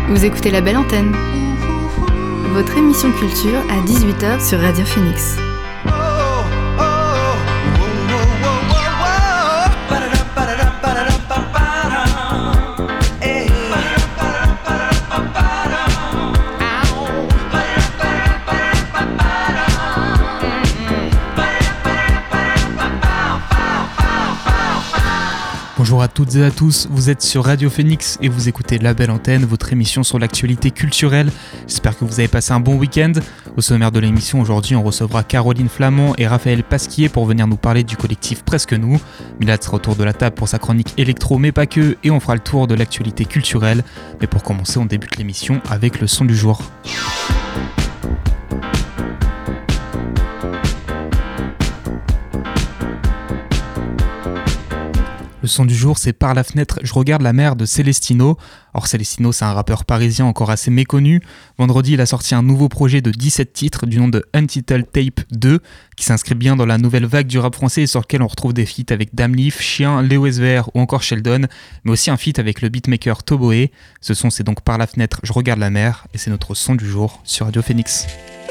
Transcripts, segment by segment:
Vous écoutez La Belle Antenne, votre émission culture à 18h sur Radio Phoenix. Bonjour à toutes et à tous, vous êtes sur Radio Phoenix et vous écoutez La Belle Antenne, votre émission sur l'actualité culturelle. J'espère que vous avez passé un bon week-end. Au sommaire de l'émission, aujourd'hui, on recevra Caroline Flamand et Raphaël Pasquier pour venir nous parler du collectif Presque Nous. Milad sera autour de la table pour sa chronique électro, mais pas que, et on fera le tour de l'actualité culturelle. Mais pour commencer, on débute l'émission avec le son du jour. Le son du jour, c'est Par la fenêtre, je regarde la mer de Celestino. Or, Celestino, c'est un rappeur parisien encore assez méconnu. Vendredi, il a sorti un nouveau projet de 17 titres du nom de Untitled Tape 2, qui s'inscrit bien dans la nouvelle vague du rap français et sur lequel on retrouve des feats avec Damleaf, Chien, Léo SVR ou encore Sheldon, mais aussi un feat avec le beatmaker Toboé. Ce son, c'est donc Par la fenêtre, je regarde la mer, et c'est notre son du jour sur Radio Phoenix.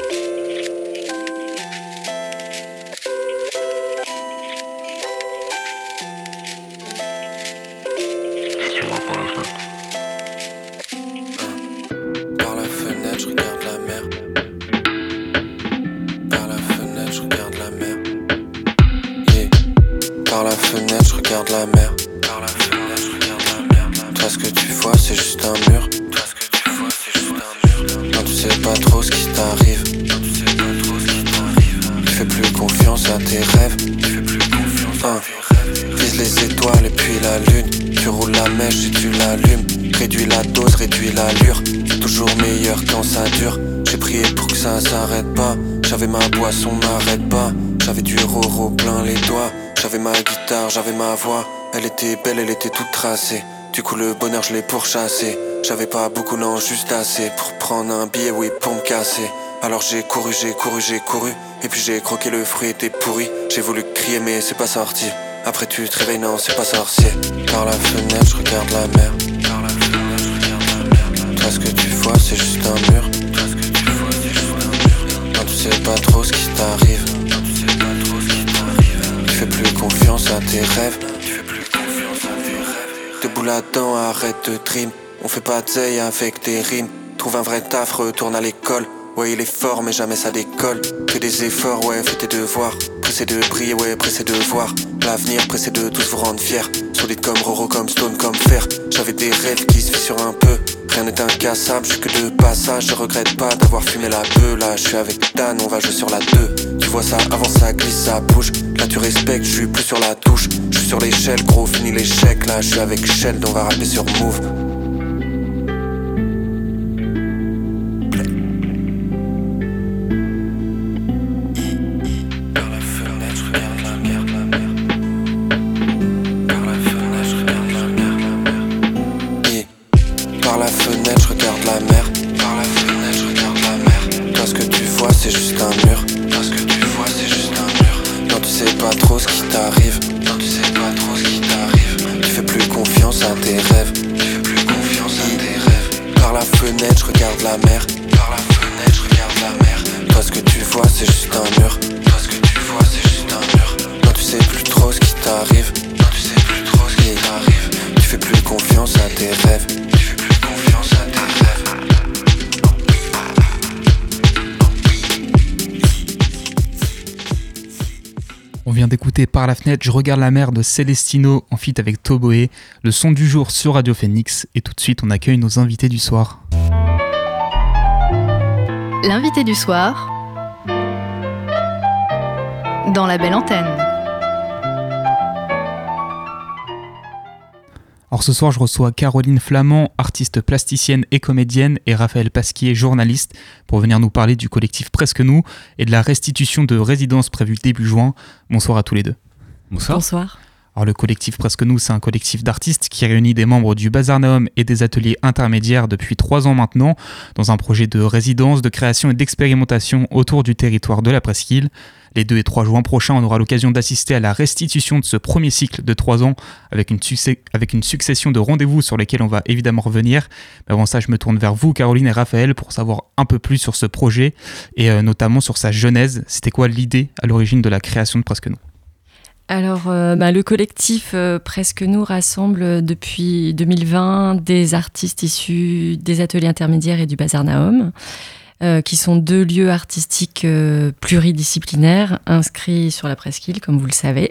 J'avais ma voix, elle était belle, elle était toute tracée. Du coup le bonheur je l'ai pourchassé. J'avais pas beaucoup, non, juste assez pour prendre un billet, oui, pour me casser. Alors j'ai couru, et puis j'ai croqué le fruit, était pourri. J'ai voulu crier mais c'est pas sorti. Après tu te réveilles, non, c'est pas sorcier. Par la fenêtre je regarde la mer. Toi ce que tu vois c'est juste un mur. Non, tu sais pas trop ce qui t'arrive. Tu fais plus confiance à tes rêves. Debout là-dedans, arrête de dream. On fait pas de zeille avec tes rimes. Trouve un vrai taf, retourne à l'école. Ouais, il est fort, mais jamais ça décolle. Fais des efforts, ouais, fais tes devoirs. Pressé de briller, ouais, pressé de voir l'avenir, pressé de tous vous rendre fiers. Solide comme Roro, comme Stone, comme Fer. J'avais des rêves qui se fissurent un peu. Rien n'est incassable, je suis que de passage. Je regrette pas d'avoir fumé la beuh. Là, je suis avec Dan, on va jouer sur la 2. Tu vois ça, avant ça glisse, ça bouge. Là, tu respectes, je suis plus sur la touche. Je suis sur l'échelle, gros, fini l'échec. Là, je suis avec Sheldon, on va rapper sur Move. Par la fenêtre, je regarde la mer de Celestino en feat avec Toboé, le son du jour sur Radio Phoenix, et tout de suite on accueille nos invités du soir. L'invité du soir dans La Belle Antenne. Alors ce soir, je reçois Caroline Flamand, artiste plasticienne et comédienne, et Raphaël Pasquier, journaliste, pour venir nous parler du collectif Presque Nous et de la restitution de résidence prévue début juin. Bonsoir à tous les deux. Bonsoir. Alors le collectif Presque Nous, c'est un collectif d'artistes qui réunit des membres du Bazarnaum et des ateliers intermédiaires depuis 3 ans maintenant, dans un projet de résidence, de création et d'expérimentation autour du territoire de la Presqu'île. Les 2 et 3 juin prochains, on aura l'occasion d'assister à la restitution de ce premier cycle de 3 ans avec une succession de rendez-vous sur lesquels on va évidemment revenir. Mais avant ça, je me tourne vers vous, Caroline et Raphaël, pour savoir un peu plus sur ce projet et notamment sur sa genèse. C'était quoi l'idée à l'origine de la création de Presque Nous ? Alors, le collectif Presque Nous rassemble depuis 2020 des artistes issus des ateliers intermédiaires et du Bazarnaum, qui sont 2 lieux artistiques pluridisciplinaires inscrits sur la Presqu'île, comme vous le savez.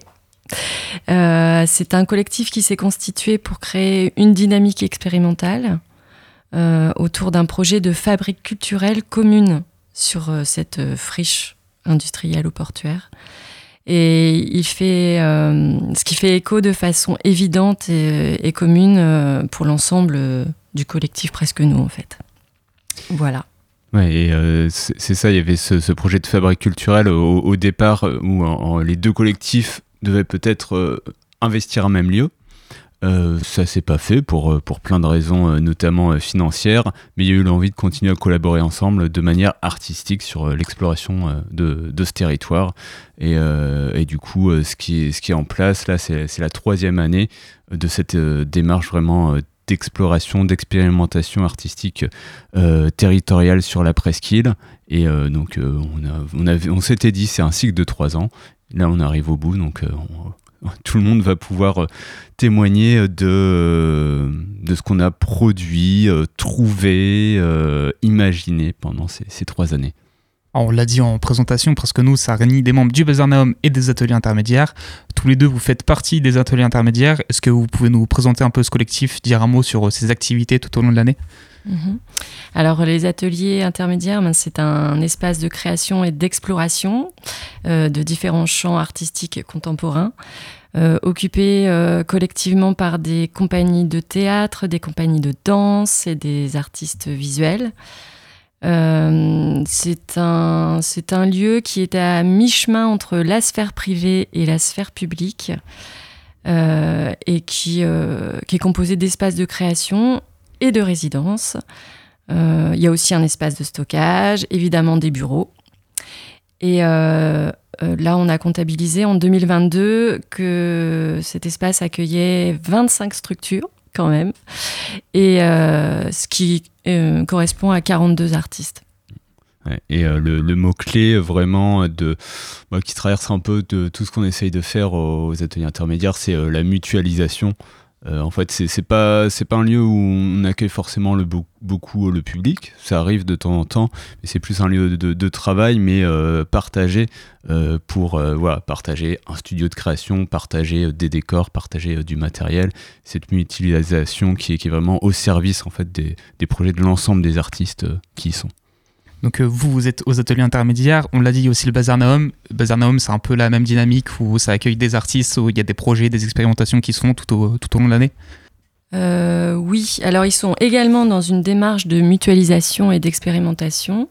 C'est un collectif qui s'est constitué pour créer une dynamique expérimentale autour d'un projet de fabrique culturelle commune sur cette friche industrielle ou portuaire. Et il fait ce qui fait écho de façon évidente et commune pour l'ensemble du collectif Presque Nous, en fait. Voilà. Ouais, et c'est ça, il y avait ce projet de fabrique culturelle au départ où les 2 collectifs devaient peut-être investir à même lieu. Ça s'est pas fait pour plein de raisons, notamment financières, mais il y a eu l'envie de continuer à collaborer ensemble de manière artistique sur l'exploration de ce territoire. Et du coup, ce qui est en place là, c'est la 3e année de cette démarche vraiment d'exploration, d'expérimentation artistique territoriale sur la Presqu'île. Et donc, on s'était dit, c'est un cycle de 3 ans. Là, on arrive au bout, donc tout le monde va pouvoir témoigner de ce qu'on a produit, trouvé, imaginé pendant ces 3 années. Alors, on l'a dit en présentation, Presque Nous, ça réunit des membres du Bazarnaum et des ateliers intermédiaires. Tous les 2, vous faites partie des ateliers intermédiaires. Est-ce que vous pouvez nous présenter un peu ce collectif, dire un mot sur ses activités tout au long de l'année ? Alors, les ateliers intermédiaires, c'est un espace de création et d'exploration de différents champs artistiques contemporains, occupés collectivement par des compagnies de théâtre, des compagnies de danse et des artistes visuels. C'est un lieu qui est à mi-chemin entre la sphère privée et la sphère publique et qui est composé d'espaces de création et de résidence. Il y a aussi un espace de stockage, évidemment des bureaux. Et là, on a comptabilisé en 2022 que cet espace accueillait 25 structures, quand même, et ce qui correspond à 42 artistes. Ouais, et le mot-clé vraiment qui traverse un peu de tout ce qu'on essaye de faire aux ateliers intermédiaires, c'est la mutualisation. En fait, c'est pas un lieu où on accueille forcément beaucoup le public. Ça arrive de temps en temps, mais c'est plus un lieu de travail, mais partagé pour partager un studio de création, partager des décors, partager du matériel. Cette mutualisation qui est vraiment au service en fait des projets de l'ensemble des artistes qui y sont. Donc vous êtes aux ateliers intermédiaires, on l'a dit aussi le Bazarnaum. Le Bazarnaum, c'est un peu la même dynamique où ça accueille des artistes, où il y a des projets, des expérimentations qui se font tout au long de l'année. Oui, alors ils sont également dans une démarche de mutualisation et d'expérimentation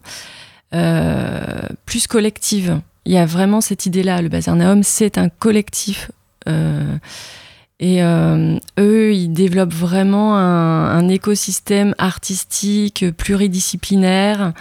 plus collective. Il y a vraiment cette idée-là, le Bazarnaum, c'est un collectif. Et eux, ils développent vraiment un écosystème artistique pluridisciplinaire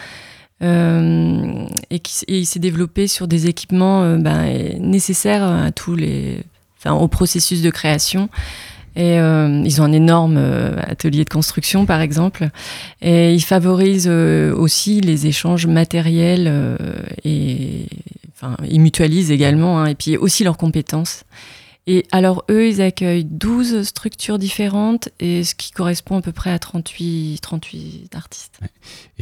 et il s'est développé sur des équipements nécessaires à au processus de création. Et ils ont un énorme atelier de construction, par exemple. Et ils favorisent aussi les échanges matériels et ils mutualisent également, et puis aussi leurs compétences. Et alors, eux, ils accueillent 12 structures différentes, et ce qui correspond à peu près à 38 artistes. Et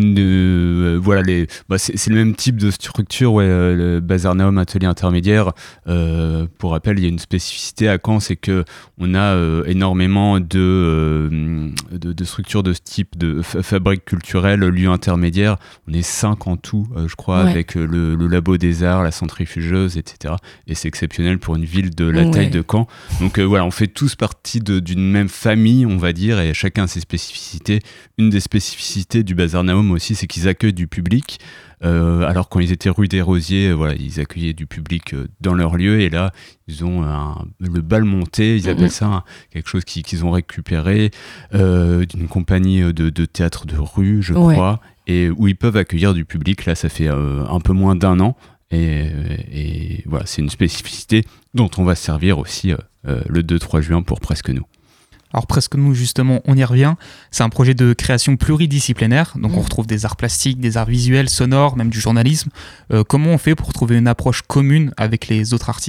c'est le même type de structure, le Bazarnaum atelier intermédiaire. Pour rappel, il y a une spécificité à Caen, c'est qu'on a énormément de structures de ce type, de fabrique culturelle, lieu intermédiaire. On est 5 en tout, je crois, avec le Labo des Arts, la centrifugeuse, etc. Et c'est exceptionnel pour une ville de la taille de Caen. Donc voilà, on fait tous partie d'une même famille, on va dire, et chacun a ses spécificités. Une des spécificités du Bazar Naum aussi, c'est qu'ils accueillent du public. Alors quand ils étaient rue des Rosiers, voilà, ils accueillaient du public dans leur lieu, et là ils ont le bal monté, ils appellent ça quelque chose qu'ils ont récupéré d'une compagnie de théâtre de rue, je crois, et où ils peuvent accueillir du public. Là ça fait un peu moins d'un an, et voilà, c'est une spécificité dont on va se servir aussi le 2-3 juin pour Presque Nous. Alors Presque Nous, justement, on y revient. C'est un projet de création pluridisciplinaire. Donc on retrouve des arts plastiques, des arts visuels, sonores, même du journalisme. Comment on fait pour trouver une approche commune avec les autres artistes ?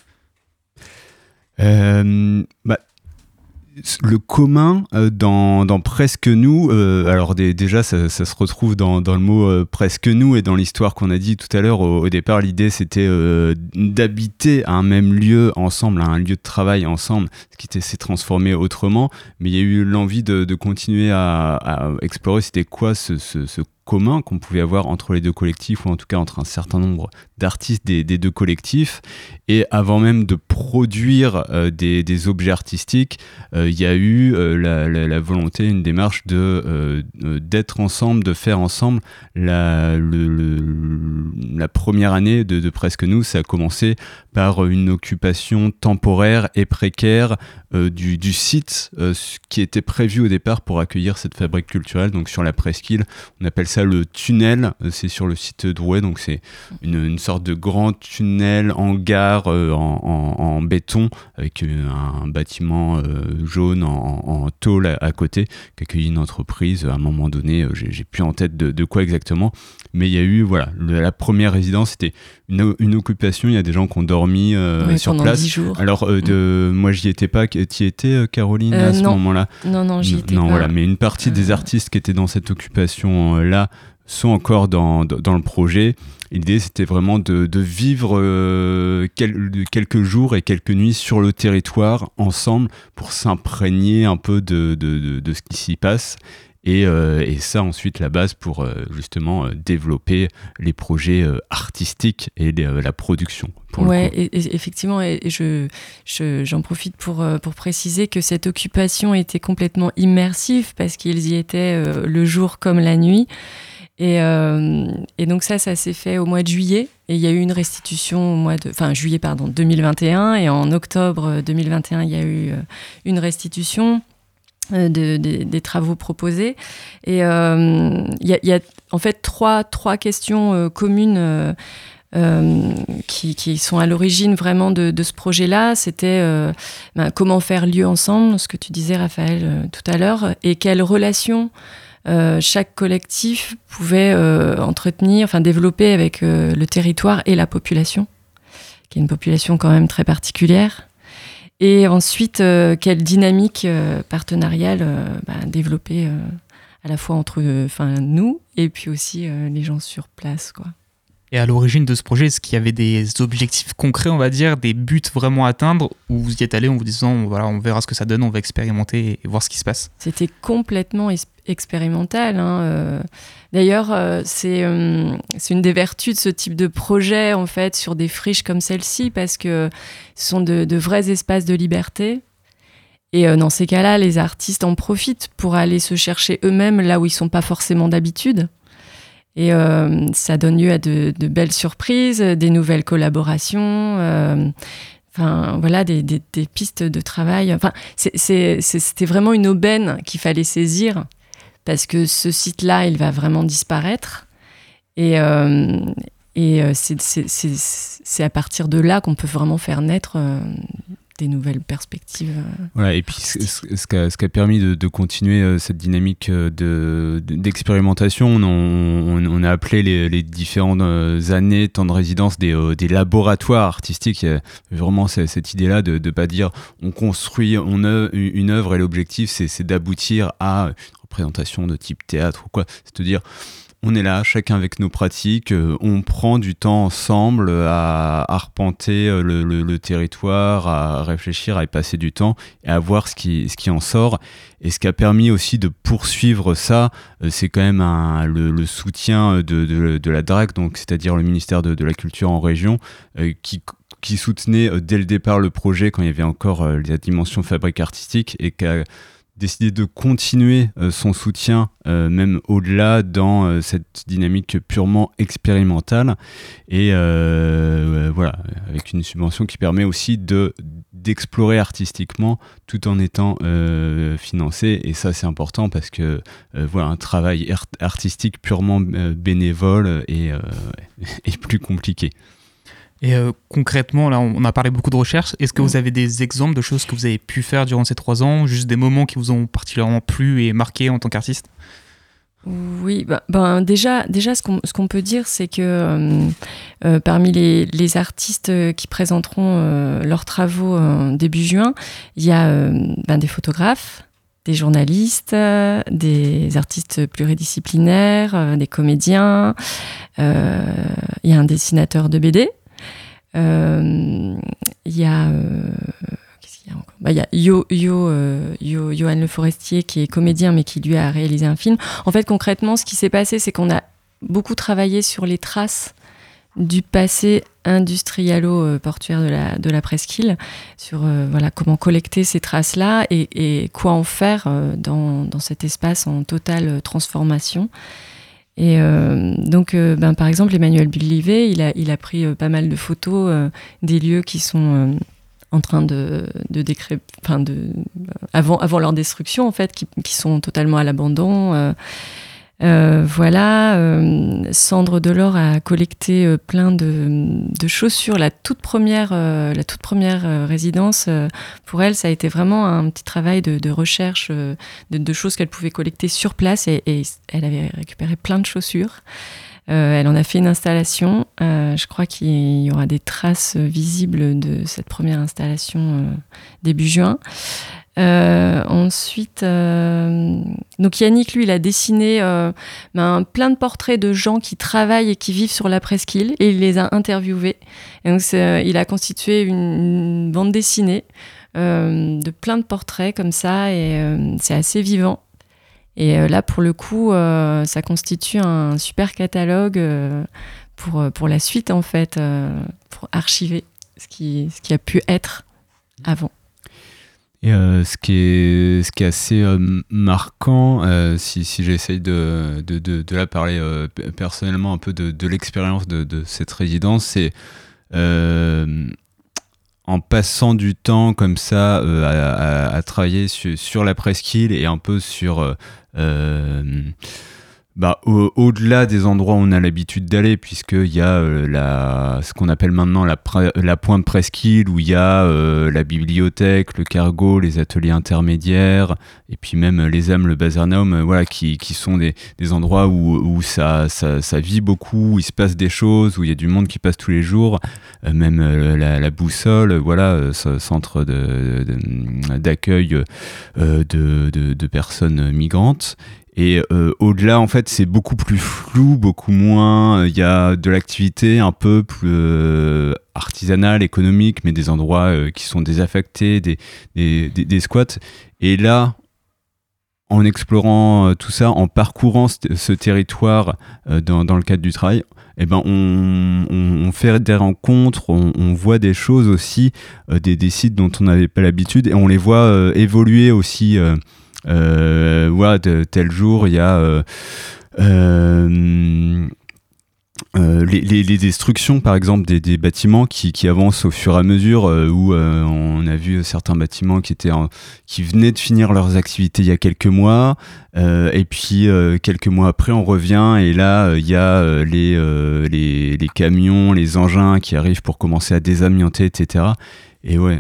Le commun dans Presque Nous, alors déjà ça se retrouve dans le mot Presque Nous, et dans l'histoire qu'on a dit tout à l'heure. Au départ, l'idée c'était d'habiter à un même lieu ensemble, à un lieu de travail ensemble, ce qui s'est transformé autrement, mais il y a eu l'envie de continuer à explorer c'était quoi ce commun qu'on pouvait avoir entre les deux collectifs, ou en tout cas entre un certain nombre d'artistes des deux collectifs. Et avant même de produire des objets artistiques, il y a eu la volonté, une démarche d'être ensemble, de faire ensemble. La première année de Presque Nous, ça a commencé par une occupation temporaire et précaire du site qui était prévu au départ pour accueillir cette fabrique culturelle, donc sur la Presqu'île. On appelle ça le tunnel, c'est sur le site Drouet, donc c'est une sorte de grand tunnel hangar en béton, avec un bâtiment jaune en tôle à côté, qui accueille une entreprise à un moment donné. J'ai plus en tête de quoi exactement, mais il y a eu la première résidence, c'était une occupation. Il y a des gens qui ont dormi sur place 10 jours. Alors moi j'y étais pas. Tu y étais, Caroline, à ce moment-là? Non, j'y étais pas. Voilà, mais une partie des artistes qui étaient dans cette occupation là sont encore dans le projet. L'idée c'était vraiment de vivre quelques jours et quelques nuits sur le territoire ensemble pour s'imprégner un peu de ce qui s'y passe. Et ça ensuite la base pour justement développer les projets artistiques et la production. Et effectivement, et j'en profite pour préciser que cette occupation était complètement immersive, parce qu'ils y étaient le jour comme la nuit. Et donc ça s'est fait au mois de juillet, et il y a eu une restitution juillet 2021, et en octobre 2021 il y a eu une restitution des travaux proposés. Et il y a en fait trois questions communes qui sont à l'origine vraiment de ce projet-là. C'était comment faire lieu ensemble, ce que tu disais, Raphaël, tout à l'heure, et quelles relations chaque collectif pouvait développer avec le territoire et la population, qui est une population quand même très particulière. Et ensuite, quelle dynamique partenariale développer à la fois entre nous et puis aussi les gens sur place, quoi. Et à l'origine de ce projet, est-ce qu'il y avait des objectifs concrets, on va dire, des buts vraiment à atteindre, ou vous y êtes allé en vous disant, on verra ce que ça donne, on va expérimenter et voir ce qui se passe? C'était complètement expérimental. D'ailleurs, c'est une des vertus de ce type de projet, en fait, sur des friches comme celle-ci, parce que ce sont de vrais espaces de liberté. Et dans ces cas-là, les artistes en profitent pour aller se chercher eux-mêmes là où ils ne sont pas forcément d'habitude. Et ça donne lieu à de belles surprises, des nouvelles collaborations, des pistes de travail. C'était vraiment une aubaine qu'il fallait saisir, parce que ce site-là, il va vraiment disparaître. Et c'est à partir de là qu'on peut vraiment faire naître des nouvelles perspectives. Voilà, et puis ce qui a permis de continuer cette dynamique d'expérimentation, on a appelé les différentes années, temps de résidence, des laboratoires artistiques. Il y a vraiment cette idée-là de ne pas dire on construit une œuvre et l'objectif c'est d'aboutir à une représentation de type théâtre ou quoi. C'est de dire on est là, chacun avec nos pratiques, on prend du temps ensemble à arpenter le territoire, à réfléchir, à y passer du temps et à voir ce qui en sort. Et ce qui a permis aussi de poursuivre ça, c'est quand même le soutien de la DRAC, donc c'est-à-dire le ministère de la Culture en région, qui qui soutenait dès le départ le projet quand il y avait encore la dimension fabrique artistique et qui a décidé de continuer son soutien même au-delà dans cette dynamique purement expérimentale et voilà, avec une subvention qui permet aussi d'explorer artistiquement tout en étant financé, et ça c'est important parce que voilà, un travail artistique purement bénévole est plus compliqué. Et concrètement, là, on a parlé beaucoup de recherche. Est-ce que vous avez des exemples de choses que vous avez pu faire durant ces 3 ans, juste des moments qui vous ont particulièrement plu et marqué en tant qu'artiste ? Oui, déjà ce qu'on peut dire, c'est que parmi les artistes qui présenteront leurs travaux début juin, il y a des photographes, des journalistes, des artistes pluridisciplinaires, des comédiens, il y a un dessinateur de BD. Il y a qu'est-ce qu'il y a encore ? Il y a Johan Le Forestier qui est comédien mais qui lui a réalisé un film. En fait, concrètement, ce qui s'est passé, c'est qu'on a beaucoup travaillé sur les traces du passé industrialo-portuaire de la presqu'île, sur voilà, comment collecter ces traces-là et quoi en faire dans cet espace en totale transformation. Et donc, par exemple, Emmanuel Bullivet, il a pris pas mal de photos des lieux qui sont en train de décréper, avant leur destruction, en fait, qui sont totalement à l'abandon. Voilà, Sandre Delors a collecté plein de chaussures. La toute première résidence, pour elle, ça a été vraiment un petit travail de recherche de choses qu'elle pouvait collecter sur place, et elle avait récupéré plein de chaussures. Elle en a fait une installation. Je crois qu'il y aura des traces visibles de cette première installation début juin. Ensuite, donc Yannick, lui, il a dessiné plein de portraits de gens qui travaillent et qui vivent sur la presqu'île, et il les a interviewés. Et donc, il a constitué une bande dessinée de plein de portraits comme ça, et c'est assez vivant. Et là, pour le coup, ça constitue un super catalogue pour la suite, en fait, pour archiver ce qui a pu être avant. Et ce qui est assez marquant, si j'essaye de la parler personnellement un peu de l'expérience de cette résidence, c'est en passant du temps comme ça à travailler sur la presqu'île et un peu sur au-delà des endroits où on a l'habitude d'aller, puisqu'il y a ce qu'on appelle maintenant la pointe presqu'île, où il y a la bibliothèque, le cargo, les ateliers intermédiaires, et puis même les âmes, le Bazarnaum, voilà, qui sont des endroits où ça vit beaucoup, où il se passe des choses, où il y a du monde qui passe tous les jours, même la boussole, voilà, ce centre d'accueil de personnes migrantes. Et au-delà, en fait, c'est beaucoup plus flou, beaucoup moins. Il y a de l'activité un peu plus artisanale, économique, mais des endroits qui sont désaffectés, des squats. Et là, en explorant tout ça, en parcourant ce territoire dans le cadre du travail, on fait des rencontres, on voit des choses aussi, des sites dont on n'avait pas l'habitude, et on les voit évoluer aussi. Voilà, tel jour il y a les destructions par exemple des bâtiments qui avancent au fur et à mesure, où on a vu certains bâtiments qui venaient de finir leurs activités il y a quelques mois, et puis quelques mois après on revient, et là il y a les camions, les engins qui arrivent pour commencer à désamianter, etc. Et ouais,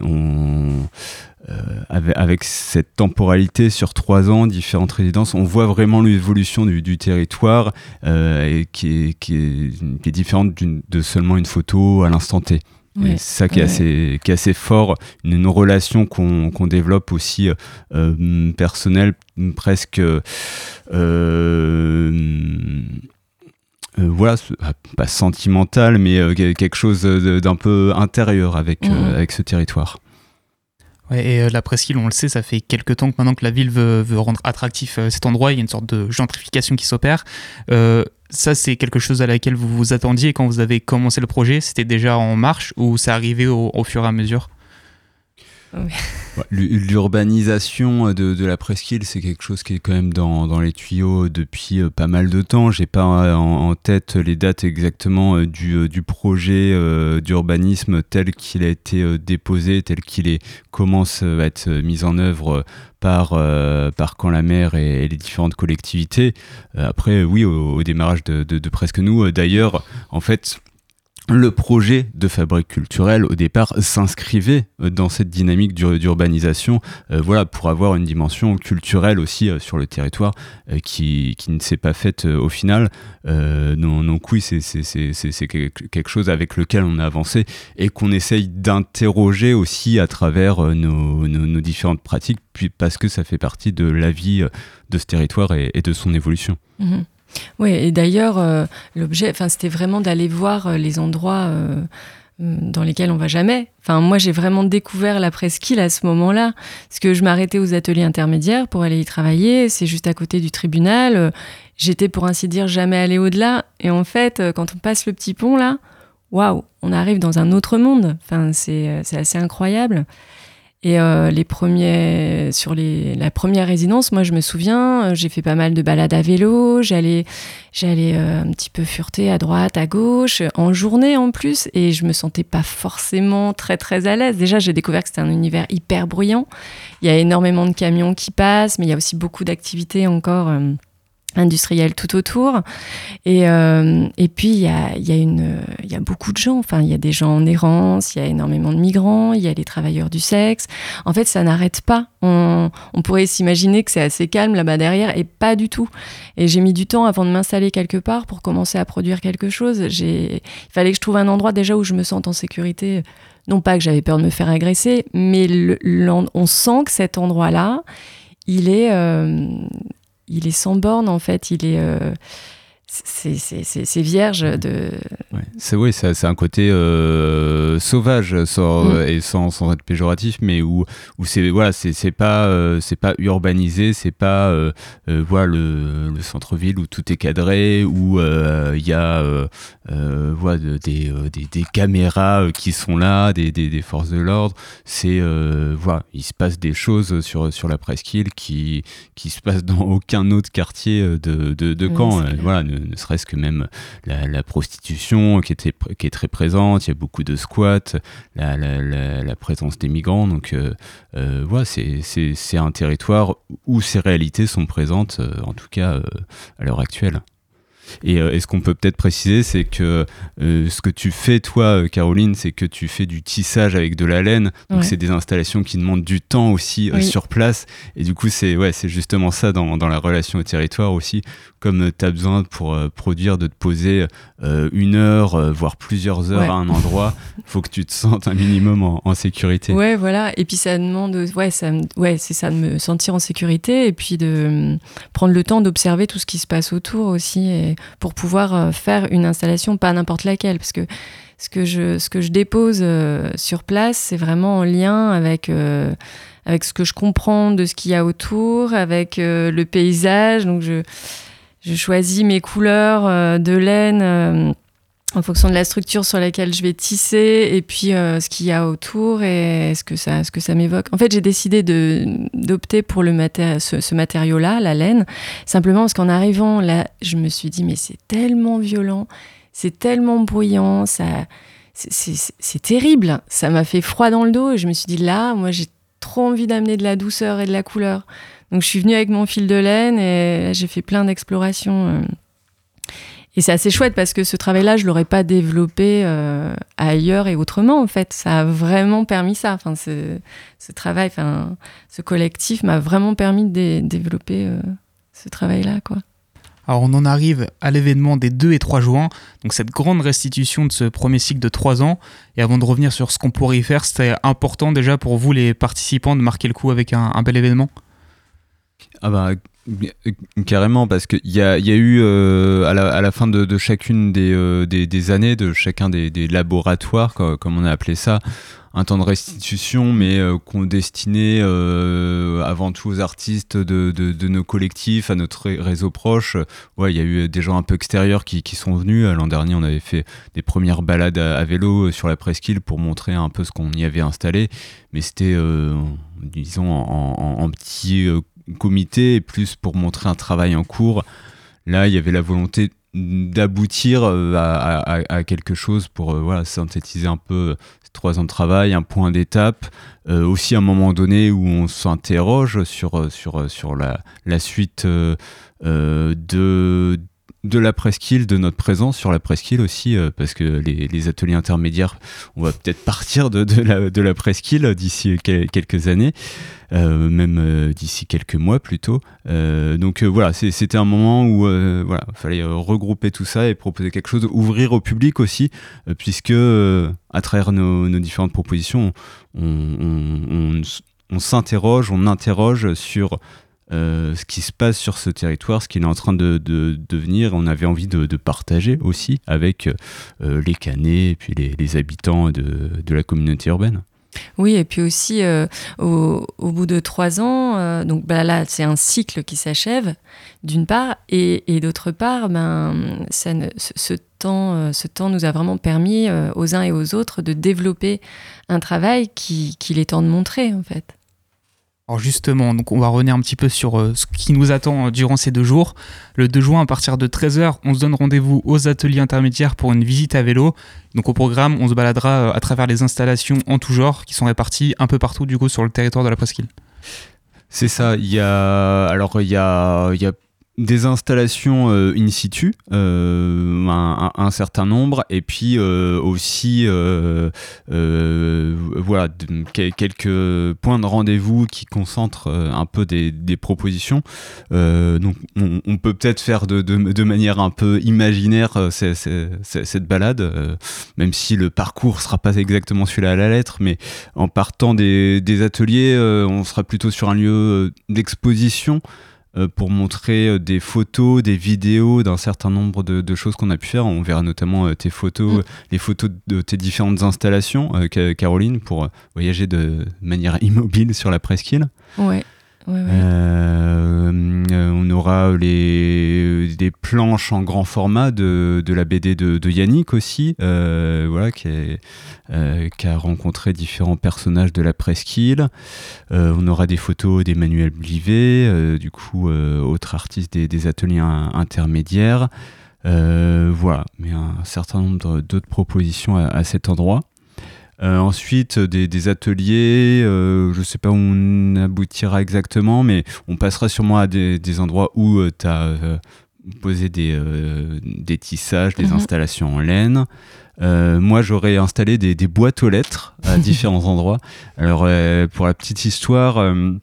avec cette temporalité sur 3 ans, différentes résidences, on voit vraiment l'évolution du territoire, et qui est différente de seulement une photo à l'instant T. Ouais, et c'est ça qui est assez fort, une relation qu'on développe aussi personnelle, presque voilà, pas sentimental, mais quelque chose d'un peu intérieur avec ce territoire. Ouais, et la presqu'île, on le sait, ça fait quelques temps que maintenant que la ville veut rendre attractif cet endroit, il y a une sorte de gentrification qui s'opère. ça, c'est quelque chose à laquelle vous vous attendiez quand vous avez commencé le projet? C'était déjà en marche ou ça arrivait au fur et à mesure? Oui. L'urbanisation de la presqu'île, c'est quelque chose qui est quand même dans les tuyaux depuis pas mal de temps. J'ai pas en tête les dates exactement du projet d'urbanisme tel qu'il a été déposé, tel qu'il commence à être mis en œuvre par Caen la Mer et les différentes collectivités. Après, oui, au démarrage de Presque Nous, d'ailleurs, en fait, le projet de fabrique culturelle, au départ, s'inscrivait dans cette dynamique d'urbanisation, pour avoir une dimension culturelle aussi sur le territoire qui ne s'est pas faite au final. Donc oui, c'est quelque chose avec lequel on a avancé et qu'on essaye d'interroger aussi à travers nos différentes pratiques, puis parce que ça fait partie de la vie de ce territoire et de son évolution. Mmh. Oui, et d'ailleurs, l'objet, c'était vraiment d'aller voir les endroits dans lesquels on va jamais. Moi, j'ai vraiment découvert la presqu'île à ce moment-là, parce que je m'arrêtais aux ateliers intermédiaires pour aller y travailler. C'est juste à côté du tribunal. J'étais, pour ainsi dire, jamais allée au-delà. Et en fait, quand on passe le petit pont là, waouh, on arrive dans un autre monde. C'est assez incroyable. Et la première résidence, moi je me souviens, j'ai fait pas mal de balades à vélo, j'allais un petit peu fureter à droite, à gauche, en journée en plus, et je me sentais pas forcément très très à l'aise. Déjà, j'ai découvert que c'était un univers hyper bruyant. Il y a énormément de camions qui passent, mais il y a aussi beaucoup d'activités encore industriel tout autour, et puis il y a beaucoup de gens, il y a des gens en errance, il y a énormément de migrants, il y a les travailleurs du sexe. En fait, ça n'arrête pas. On pourrait s'imaginer que c'est assez calme là-bas derrière, et pas du tout. Et j'ai mis du temps avant de m'installer quelque part pour commencer à produire quelque chose. Il fallait que je trouve un endroit déjà où je me sente en sécurité. Non pas que j'avais peur de me faire agresser, mais on sent que cet endroit-là, il est sans borne, en fait. Il est... c'est vierge de... Ouais. C'est un côté sauvage, et sans être péjoratif, mais où c'est pas urbanisé, c'est pas le centre-ville où tout est cadré, où il y a des caméras qui sont là, des forces de l'ordre. Il se passe des choses sur la presqu'île qui se passent dans aucun autre quartier de Caen. Ne serait-ce que même la prostitution qui est très présente, il y a beaucoup de squats, la présence des migrants, donc c'est un territoire où ces réalités sont présentes, en tout cas à l'heure actuelle. Et ce qu'on peut peut-être préciser, c'est que ce que tu fais, toi, Caroline, c'est que tu fais du tissage avec de la laine. Donc, c'est des installations qui demandent du temps aussi sur place. Et du coup, c'est justement ça dans la relation au territoire aussi. Comme tu as besoin pour produire, de te poser 1 heure, voire plusieurs heures à un endroit, il faut que tu te sentes un minimum en sécurité. Ouais, voilà. Et puis, ça demande, c'est ça, de me sentir en sécurité et puis de prendre le temps d'observer tout ce qui se passe autour aussi. Et pour pouvoir faire une installation, pas n'importe laquelle, parce que ce que je dépose sur place, c'est vraiment en lien avec ce que je comprends de ce qu'il y a autour, avec le paysage. Donc je choisis mes couleurs de laine en fonction de la structure sur laquelle je vais tisser, et puis ce qu'il y a autour et ce que ça m'évoque. En fait, j'ai décidé d'opter pour ce matériau-là, la laine, simplement parce qu'en arrivant là, je me suis dit, mais c'est tellement violent, c'est tellement bruyant, c'est terrible. Ça m'a fait froid dans le dos, et je me suis dit, là, moi, j'ai trop envie d'amener de la douceur et de la couleur. Donc, je suis venue avec mon fil de laine, et là, j'ai fait plein d'explorations. Et c'est assez chouette parce que ce travail-là, je ne l'aurais pas développé ailleurs et autrement, en fait. Ça a vraiment permis ça. Ce travail, ce collectif m'a vraiment permis de développer ce travail-là, quoi. Alors, on en arrive à l'événement des 2 et 3 juin, donc cette grande restitution de ce premier cycle de 3 ans. Et avant de revenir sur ce qu'on pourrait y faire, c'était important déjà pour vous, les participants, de marquer le coup avec un bel événement ? Carrément, parce qu'il y a eu à la fin de chacune des années, de chacun des laboratoires, comme on a appelé ça, un temps de restitution, mais qu'on destinait avant tout aux artistes de nos collectifs, à notre réseau proche. Ouais, il y a eu des gens un peu extérieurs qui sont venus. L'an dernier, on avait fait des premières balades à vélo sur la presqu'île pour montrer un peu ce qu'on y avait installé, mais c'était, disons, en petit comité, et plus pour montrer un travail en cours. Là, il y avait la volonté d'aboutir à quelque chose pour voilà, synthétiser un peu ces 3 ans de travail, un point d'étape, aussi un moment donné où on s'interroge sur la suite de la presqu'île, de notre présence sur la presqu'île aussi, parce que les ateliers intermédiaires, on va peut-être partir de la presqu'île d'ici quelques années, même d'ici quelques mois plutôt. Donc voilà, c'était un moment où voilà, fallait regrouper tout ça et proposer quelque chose, ouvrir au public aussi, puisque à travers nos différentes propositions, on s'interroge, on interroge sur ce qui se passe sur ce territoire, ce qu'il est en train de devenir. On avait envie de partager aussi avec les Canets et puis les habitants de la communauté urbaine. Oui, et puis aussi, au bout de 3 ans, donc là, c'est un cycle qui s'achève, d'une part, et d'autre part, ce temps nous a vraiment permis aux uns et aux autres de développer un travail qu'il est temps de montrer, en fait. Alors justement, donc on va revenir un petit peu sur ce qui nous attend durant ces 2 jours. Le 2 juin, à partir de 13h, on se donne rendez-vous aux ateliers intermédiaires pour une visite à vélo. Donc au programme, on se baladera à travers les installations en tout genre qui sont réparties un peu partout du coup sur le territoire de la presqu'île. C'est ça, il y a des installations in situ, un certain nombre, et puis aussi voilà, quelques points de rendez-vous qui concentrent un peu des propositions. Donc on peut peut-être faire de manière un peu imaginaire cette balade, même si le parcours sera pas exactement celui-là à la lettre, mais en partant des ateliers, on sera plutôt sur un lieu d'exposition, pour montrer des photos, des vidéos d'un certain nombre de choses qu'on a pu faire. On verra notamment tes photos, les photos de tes différentes installations, Caroline, pour voyager de manière immobile sur la presqu'île. Ouais. On aura des planches en grand format de la BD de Yannick aussi, voilà, qui a rencontré différents personnages de la presqu'île. On aura des photos d'Emmanuel Blivet, du coup autre artiste des ateliers intermédiaires. Voilà, mais un certain nombre d'autres propositions à cet endroit. Ensuite, des ateliers, je ne sais pas où on aboutira exactement, mais on passera sûrement à des endroits où tu as posé des tissages, des installations en laine. Moi, j'aurais installé des boîtes aux lettres à différents endroits. Alors, pour la petite histoire,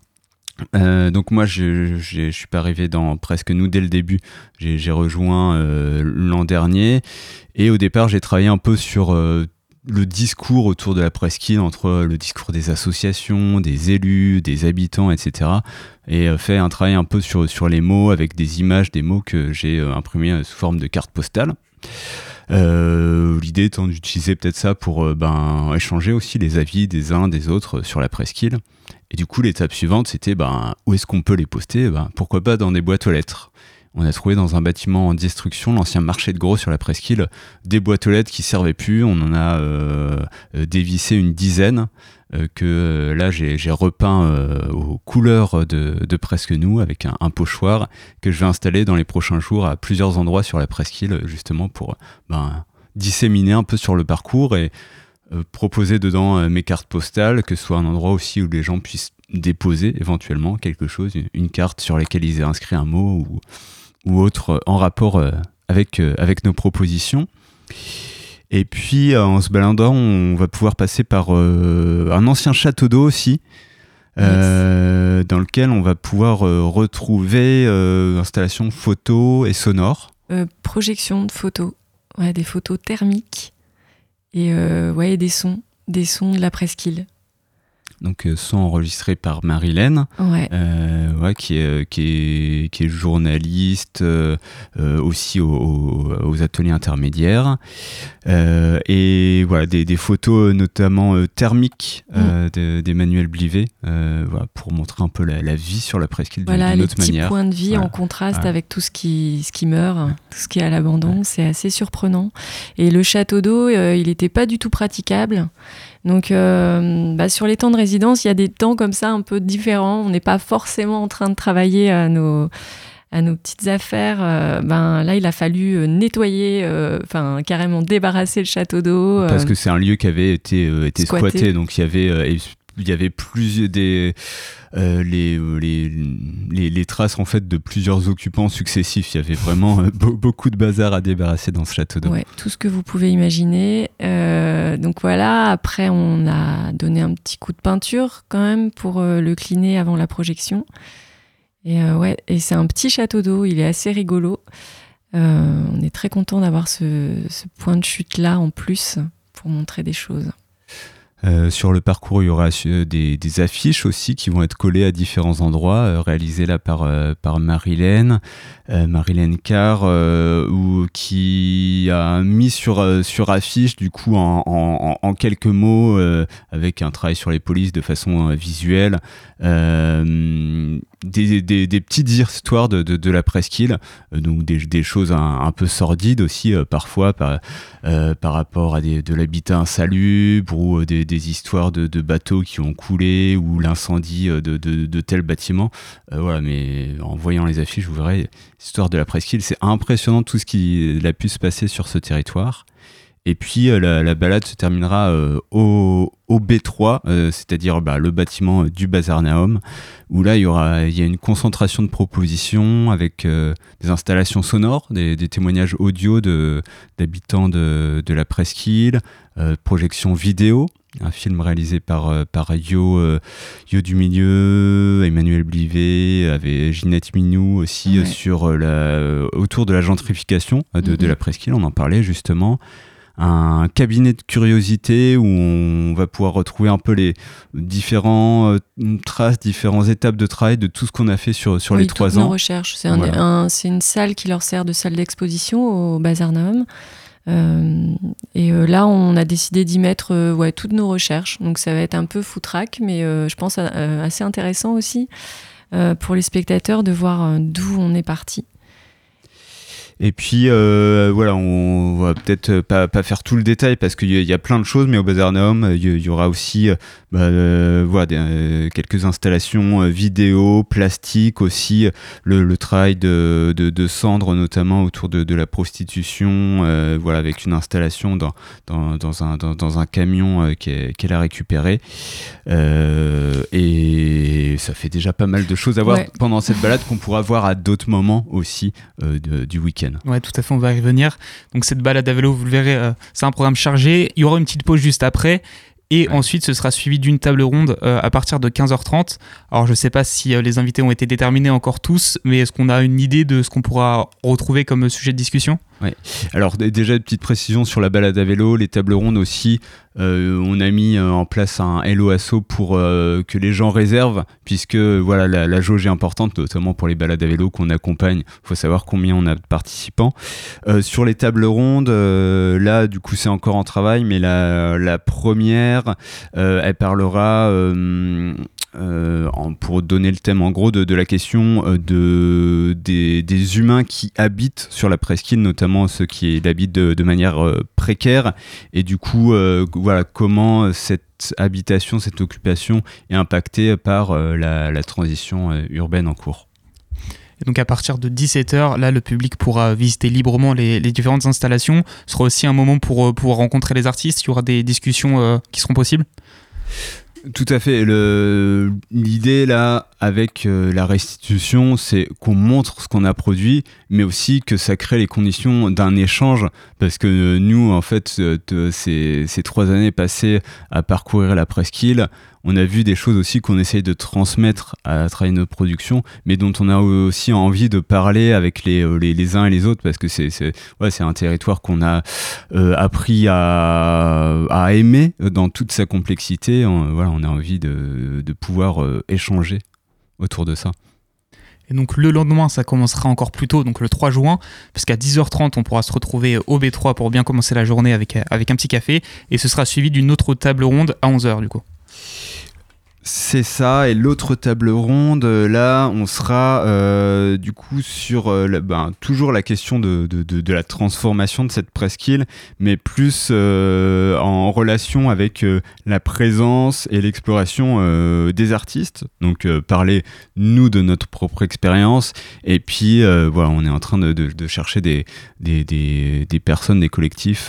donc moi, je suis pas arrivé dans Presque Nous dès le début. J'ai rejoint l'an dernier, et au départ, j'ai travaillé un peu sur le discours autour de la presqu'île, entre le discours des associations, des élus, des habitants, etc. Et fait un travail un peu sur les mots, avec des images des mots que j'ai imprimés sous forme de carte postale. L'idée étant d'utiliser peut-être ça pour échanger aussi les avis des uns des autres sur la presqu'île. Et du coup, l'étape suivante, c'était où est-ce qu'on peut les poster ? Pourquoi pas dans des boîtes aux lettres ? On a trouvé dans un bâtiment en destruction, l'ancien marché de gros sur la presqu'île, des boîtes aux lettres qui servaient plus. On en a dévissé une dizaine que là j'ai repeint aux couleurs de Presque Nous, avec un pochoir que je vais installer dans les prochains jours à plusieurs endroits sur la presqu'île, justement pour disséminer un peu sur le parcours et proposer dedans mes cartes postales, que ce soit un endroit aussi où les gens puissent déposer éventuellement quelque chose, une carte sur laquelle ils aient inscrit un mot ou autre en rapport avec nos propositions. Et puis en se baladant, on va pouvoir passer par un ancien château d'eau aussi, dans lequel on va pouvoir retrouver installations photos et sonores. Projection de photos, des photos thermiques et des sons de la presqu'île. Donc son enregistré par Marilène, qui est journaliste aussi aux ateliers intermédiaires. Et voilà, des photos notamment thermiques d'Emmanuel Blivet, pour montrer un peu la vie sur la presqu'île d'une autre manière. Voilà, les petits points de vie en contraste avec tout ce qui meurt, tout ce qui est à l'abandon. C'est assez surprenant. Et le château d'eau, il n'était pas du tout praticable. Donc, sur les temps de résidence, il y a des temps comme ça un peu différents. On n'est pas forcément en train de travailler à nos petites affaires. Là, il a fallu nettoyer, carrément débarrasser le château d'eau. Parce que c'est un lieu qui avait été squatté. Donc, il y avait plusieurs les traces en fait de plusieurs occupants successifs. Il y avait vraiment beaucoup de bazar à débarrasser dans ce château d'eau. Ouais, tout ce que vous pouvez imaginer. Donc voilà, après on a donné un petit coup de peinture quand même pour le cliner avant la projection. Et c'est un petit château d'eau, il est assez rigolo. On est très content d'avoir ce point de chute là en plus pour montrer des choses. Sur le parcours, il y aura des affiches aussi qui vont être collées à différents endroits, réalisées là par Marilène Carr, qui a mis sur affiche du coup en quelques mots, avec un travail sur les polices de façon visuelle, des petites histoires de la presqu'île, donc des choses un peu sordides aussi parfois par rapport à de l'habitat insalubre ou des histoires de bateaux qui ont coulé ou l'incendie de tels bâtiments. Mais en voyant les affiches, vous verrez, l'histoire de la presqu'île, c'est impressionnant tout ce qui a pu se passer sur ce territoire. Et puis la balade se terminera au B3, c'est-à-dire le bâtiment du Bazar Naum, où là il y a une concentration de propositions avec des installations sonores, des témoignages audio d'habitants de la presqu'île, projections vidéo, un film réalisé par Yo du Milieu, Emmanuel Blivet, avec Ginette Minou aussi, autour de la gentrification de la presqu'île, on en parlait justement. Un cabinet de curiosité où on va pouvoir retrouver un peu les différentes traces, différentes étapes de travail de tout ce qu'on a fait sur les 3 ans. Nos recherches. C'est une salle qui leur sert de salle d'exposition au Bazar Naum. Là, on a décidé d'y mettre toutes nos recherches. Donc ça va être un peu foutraque, mais je pense assez intéressant aussi pour les spectateurs de voir d'où on est parti. Et puis on va peut-être pas faire tout le détail parce qu'il y a plein de choses, mais au Bazar Naum il y aura aussi quelques installations vidéo, plastique aussi, le travail de cendres notamment autour de la prostitution, avec une installation dans un camion qu'elle a récupéré, et ça fait déjà pas mal de choses à voir pendant cette balade qu'on pourra voir à d'autres moments aussi du week-end. Ouais, tout à fait, on va y revenir. Donc cette balade à vélo, vous le verrez, c'est un programme chargé. Il y aura une petite pause juste après. Et ensuite, ce sera suivi d'une table ronde à partir de 15h30. Alors, je ne sais pas si les invités ont été déterminés encore tous, mais est-ce qu'on a une idée de ce qu'on pourra retrouver comme sujet de discussion ? Ouais. Alors déjà, une petite précision sur la balade à vélo, les tables rondes aussi, on a mis en place un Hello Asso pour que les gens réservent, puisque la jauge est importante, notamment pour les balades à vélo qu'on accompagne. Il faut savoir combien on a de participants. Sur les tables rondes, là, du coup, c'est encore en travail, mais la première, elle parlera... pour donner le thème en gros de la question des humains qui habitent sur la presqu'île, notamment ceux qui l'habitent de manière précaire, et du coup comment cette habitation, cette occupation est impactée par la transition urbaine en cours. Et donc à partir de 17h, là le public pourra visiter librement les différentes installations. Ce sera aussi un moment pour pouvoir rencontrer les artistes. Il y aura des discussions qui seront possibles. Tout à fait. L'idée là, avec la restitution, c'est qu'on montre ce qu'on a produit, mais aussi que ça crée les conditions d'un échange, parce que nous, en fait, ces 3 années passées à parcourir la presqu'île, on a vu des choses aussi qu'on essaye de transmettre à travers notre production, mais dont on a aussi envie de parler avec les uns et les autres, parce que c'est un territoire qu'on a appris à aimer dans toute sa complexité. On a envie de pouvoir échanger autour de ça. Et donc le lendemain, ça commencera encore plus tôt, donc le 3 juin, parce qu'à 10h30, on pourra se retrouver au B3 pour bien commencer la journée avec un petit café, et ce sera suivi d'une autre table ronde à 11h du coup. C'est ça, et l'autre table ronde, là, on sera du coup sur toujours la question de la transformation de cette presqu'île, mais plus en relation avec la présence et l'exploration des artistes. Donc parler, nous, de notre propre expérience, et puis on est en train de chercher des personnes, des collectifs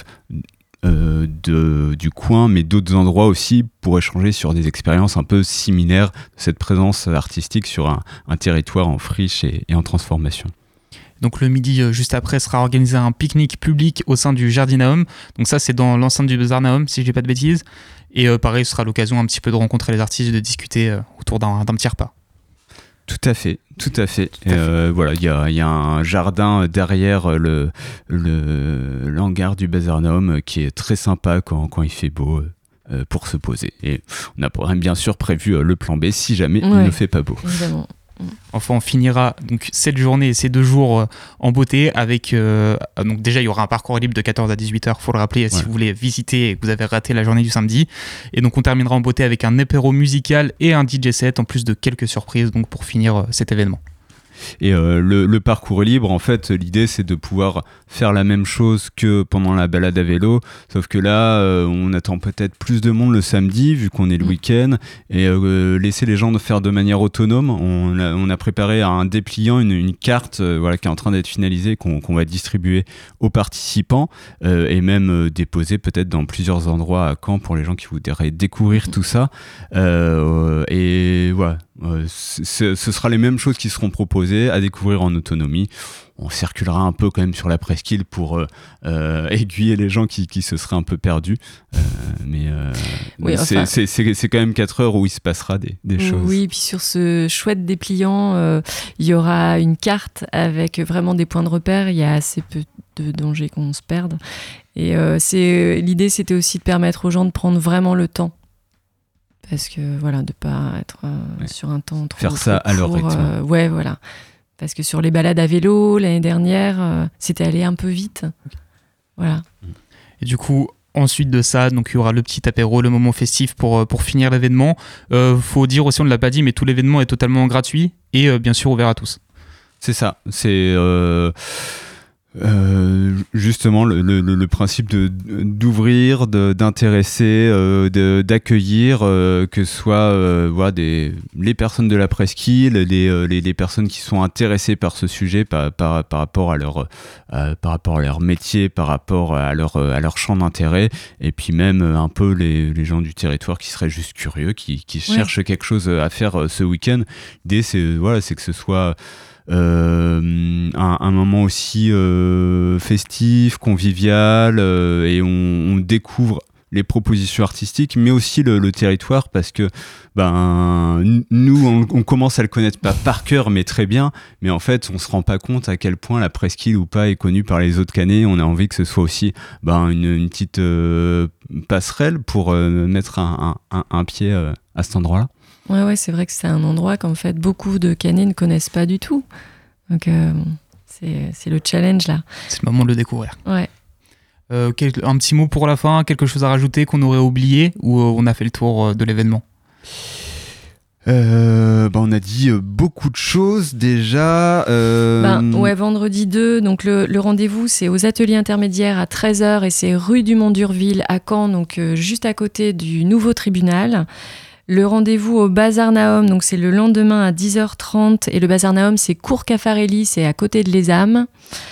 du coin, mais d'autres endroits aussi, pour échanger sur des expériences un peu similaires de cette présence artistique sur un territoire en friche et en transformation. Donc le midi juste après sera organisé un pique-nique public au sein du Jardinaum. Donc ça, c'est dans l'enceinte du Bazarnaum, si je dis pas de bêtises. Et pareil, ce sera l'occasion un petit peu de rencontrer les artistes et de discuter autour d'un petit repas. Tout à fait. Il y a un jardin derrière le hangar du Bazarnaum qui est très sympa quand il fait beau pour se poser. Et on a bien sûr prévu le plan B si jamais il ne fait pas beau. Évidemment. Enfin, on finira donc cette journée et ces 2 jours en beauté avec donc déjà il y aura un parcours libre de 14 à 18h, faut le rappeler si vous voulez visiter et que vous avez raté la journée du samedi, et donc on terminera en beauté avec un apéro musical et un DJ set en plus de quelques surprises donc pour finir cet événement. Et le parcours libre, en fait, l'idée c'est de pouvoir faire la même chose que pendant la balade à vélo, sauf que là on attend peut-être plus de monde le samedi vu qu'on est le week-end, et laisser les gens de faire de manière autonome. On a préparé un dépliant, une carte qui est en train d'être finalisée, qu'on va distribuer aux participants et même déposer peut-être dans plusieurs endroits à Caen pour les gens qui voudraient découvrir tout ça. Et voilà. Ce sera les mêmes choses qui seront proposées à découvrir en autonomie. On circulera un peu quand même sur la presqu'île pour aiguiller les gens qui se seraient un peu perdus. C'est quand même 4 heures où il se passera des choses. Oui, et puis sur ce chouette dépliant, il y aura une carte avec vraiment des points de repère. Il y a assez peu de danger qu'on se perde. Et l'idée, c'était aussi de permettre aux gens de prendre vraiment le temps. Parce que de pas être sur un temps trop faire ça trop à leur rythme. Voilà. Parce que sur les balades à vélo l'année dernière, c'était allé un peu vite. Okay. Voilà. Et du coup, ensuite de ça, donc il y aura le petit apéro, le moment festif pour finir l'événement. Faut dire aussi, on ne l'a pas dit, mais tout l'événement est totalement gratuit et bien sûr ouvert à tous. C'est ça. C'est justement le principe d'ouvrir, d'intéresser, d'accueillir, que ce soit les personnes de la presqu'île, les personnes qui sont intéressées par ce sujet par rapport à leur métier, par rapport à leur champ d'intérêt, et puis même un peu les gens du territoire qui seraient juste curieux, qui cherchent quelque chose à faire ce week-end. L'idée c'est que ce soit un moment aussi festif, convivial, et on découvre les propositions artistiques, mais aussi le territoire, parce que nous on commence à le connaître pas par cœur mais très bien, mais en fait on se rend pas compte à quel point la presqu'île ou pas est connue par les autres Canets. On a envie que ce soit aussi une petite passerelle pour mettre un pied à cet endroit-là. Ouais, c'est vrai que c'est un endroit qu'en fait beaucoup de Canets ne connaissent pas du tout. Donc c'est le challenge là. C'est le moment de le découvrir. Ouais. Un petit mot pour la fin, quelque chose à rajouter qu'on aurait oublié, ou on a fait le tour de l'événement? On a dit beaucoup de choses déjà. Vendredi 2, donc le rendez-vous c'est aux ateliers intermédiaires à 13h et c'est rue du Mont-d'Urville à Caen, donc juste à côté du nouveau tribunal. Le rendez-vous au Bazarnaum, donc c'est le lendemain à 10h30, et le Bazarnaum c'est Cours Caffarelli, c'est à côté de l'ESAM.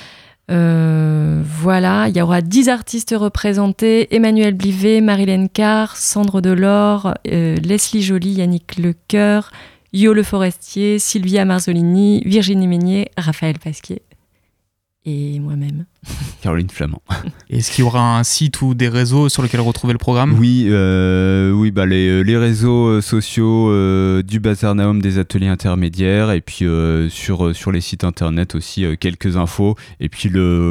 Il y aura 10 artistes représentés: Emmanuel Blivet, Marilène Carr, Sandre Delors, Leslie Joly, Yannick Lecoeur, Yo Le Forestier, Sylvia Marzolini, Virginie Meignier, Raphaël Pasquier. et moi-même. Caroline Flamand. Est-ce qu'il y aura un site ou des réseaux sur lesquels retrouver le programme ? Oui, les réseaux sociaux du Bazar Naum des ateliers intermédiaires, et puis sur les sites internet aussi quelques infos, et puis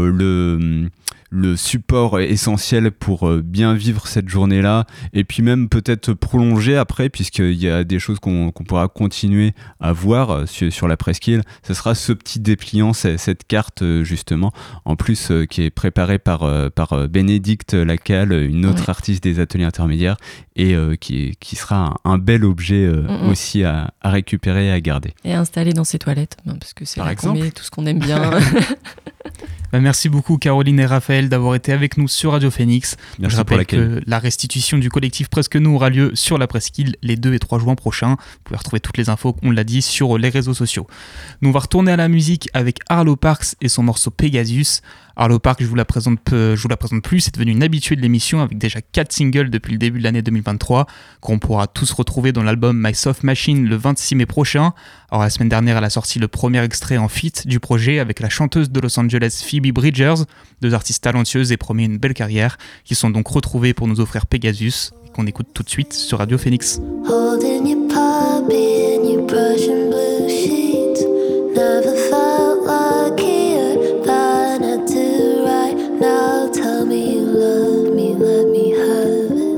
le support essentiel pour bien vivre cette journée-là, et puis même peut-être prolonger après, puisqu'il y a des choses qu'on pourra continuer à voir sur la presqu'île. Ce sera ce petit dépliant, cette carte justement, en plus qui est préparée par Bénédicte Lacal, une autre artiste des ateliers intermédiaires, et qui sera un bel objet aussi à récupérer et à garder. Et installer dans ses toilettes, parce que c'est par là qu'on met tout ce qu'on aime bien. Merci beaucoup Caroline et Raphaël d'avoir été avec nous sur Radio Phoenix. Merci. Je rappelle que la restitution du collectif Presque Nous aura lieu sur la presqu'île les 2 et 3 juin prochains. Vous pouvez retrouver toutes les infos, on l'a dit, sur les réseaux sociaux. Nous on va retourner à la musique avec Arlo Parks et son morceau Pegasus. Arlo Parks, je vous la présente plus, c'est devenu une habituée de l'émission avec déjà 4 singles depuis le début de l'année 2023 qu'on pourra tous retrouver dans l'album My Soft Machine le 26 mai prochain. Alors la semaine dernière, elle a sorti le premier extrait en feat du projet avec la chanteuse de Los Angeles Phoebe Bridgers, 2 artistes talentueuses et promis une belle carrière, qui sont donc retrouvées pour nous offrir Pegasus, qu'on écoute tout de suite sur Radio Phoenix. Holding your puppy and your Prussian blue sheets. Never felt luckier than I do right now. Tell me you love me, let me have it.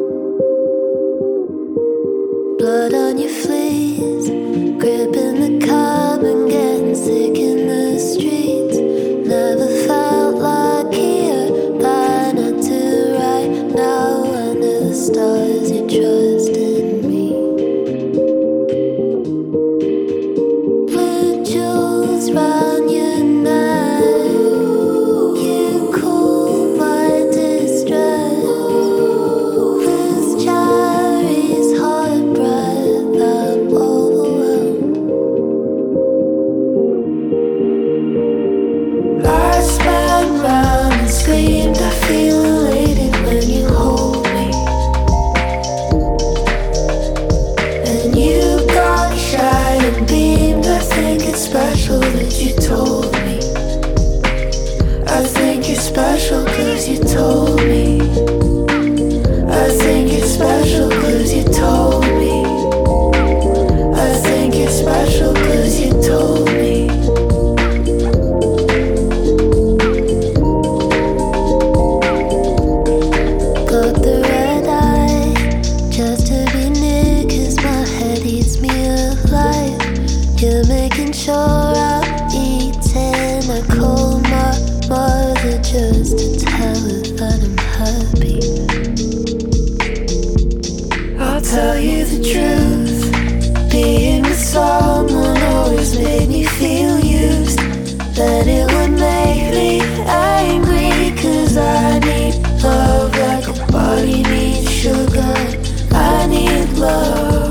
Blood on your fleas, gripping the cup and getting sick in the streets. Never felt luckier than I do right now. Under the stars, you trust in me. Blue jewels round your neck, you cool my distress. With cherries, hot breath, I'm overwhelmed. I spun round and screamed, I feel elated when you hold me. And you got shy and beamed, I think it's special that you told me. I think you're special cause you told me. I think you're special cause you told me. I think you're special cause you told me. Got the red eye just to be near, cause my head eats me alive. You're making sure I'm eating. I call my mother just to tell her that I'm happy. I'll tell you the truth, being with someone always made me feel used. Then it would make me angry, cause I need love like a body needs sugar. I need love.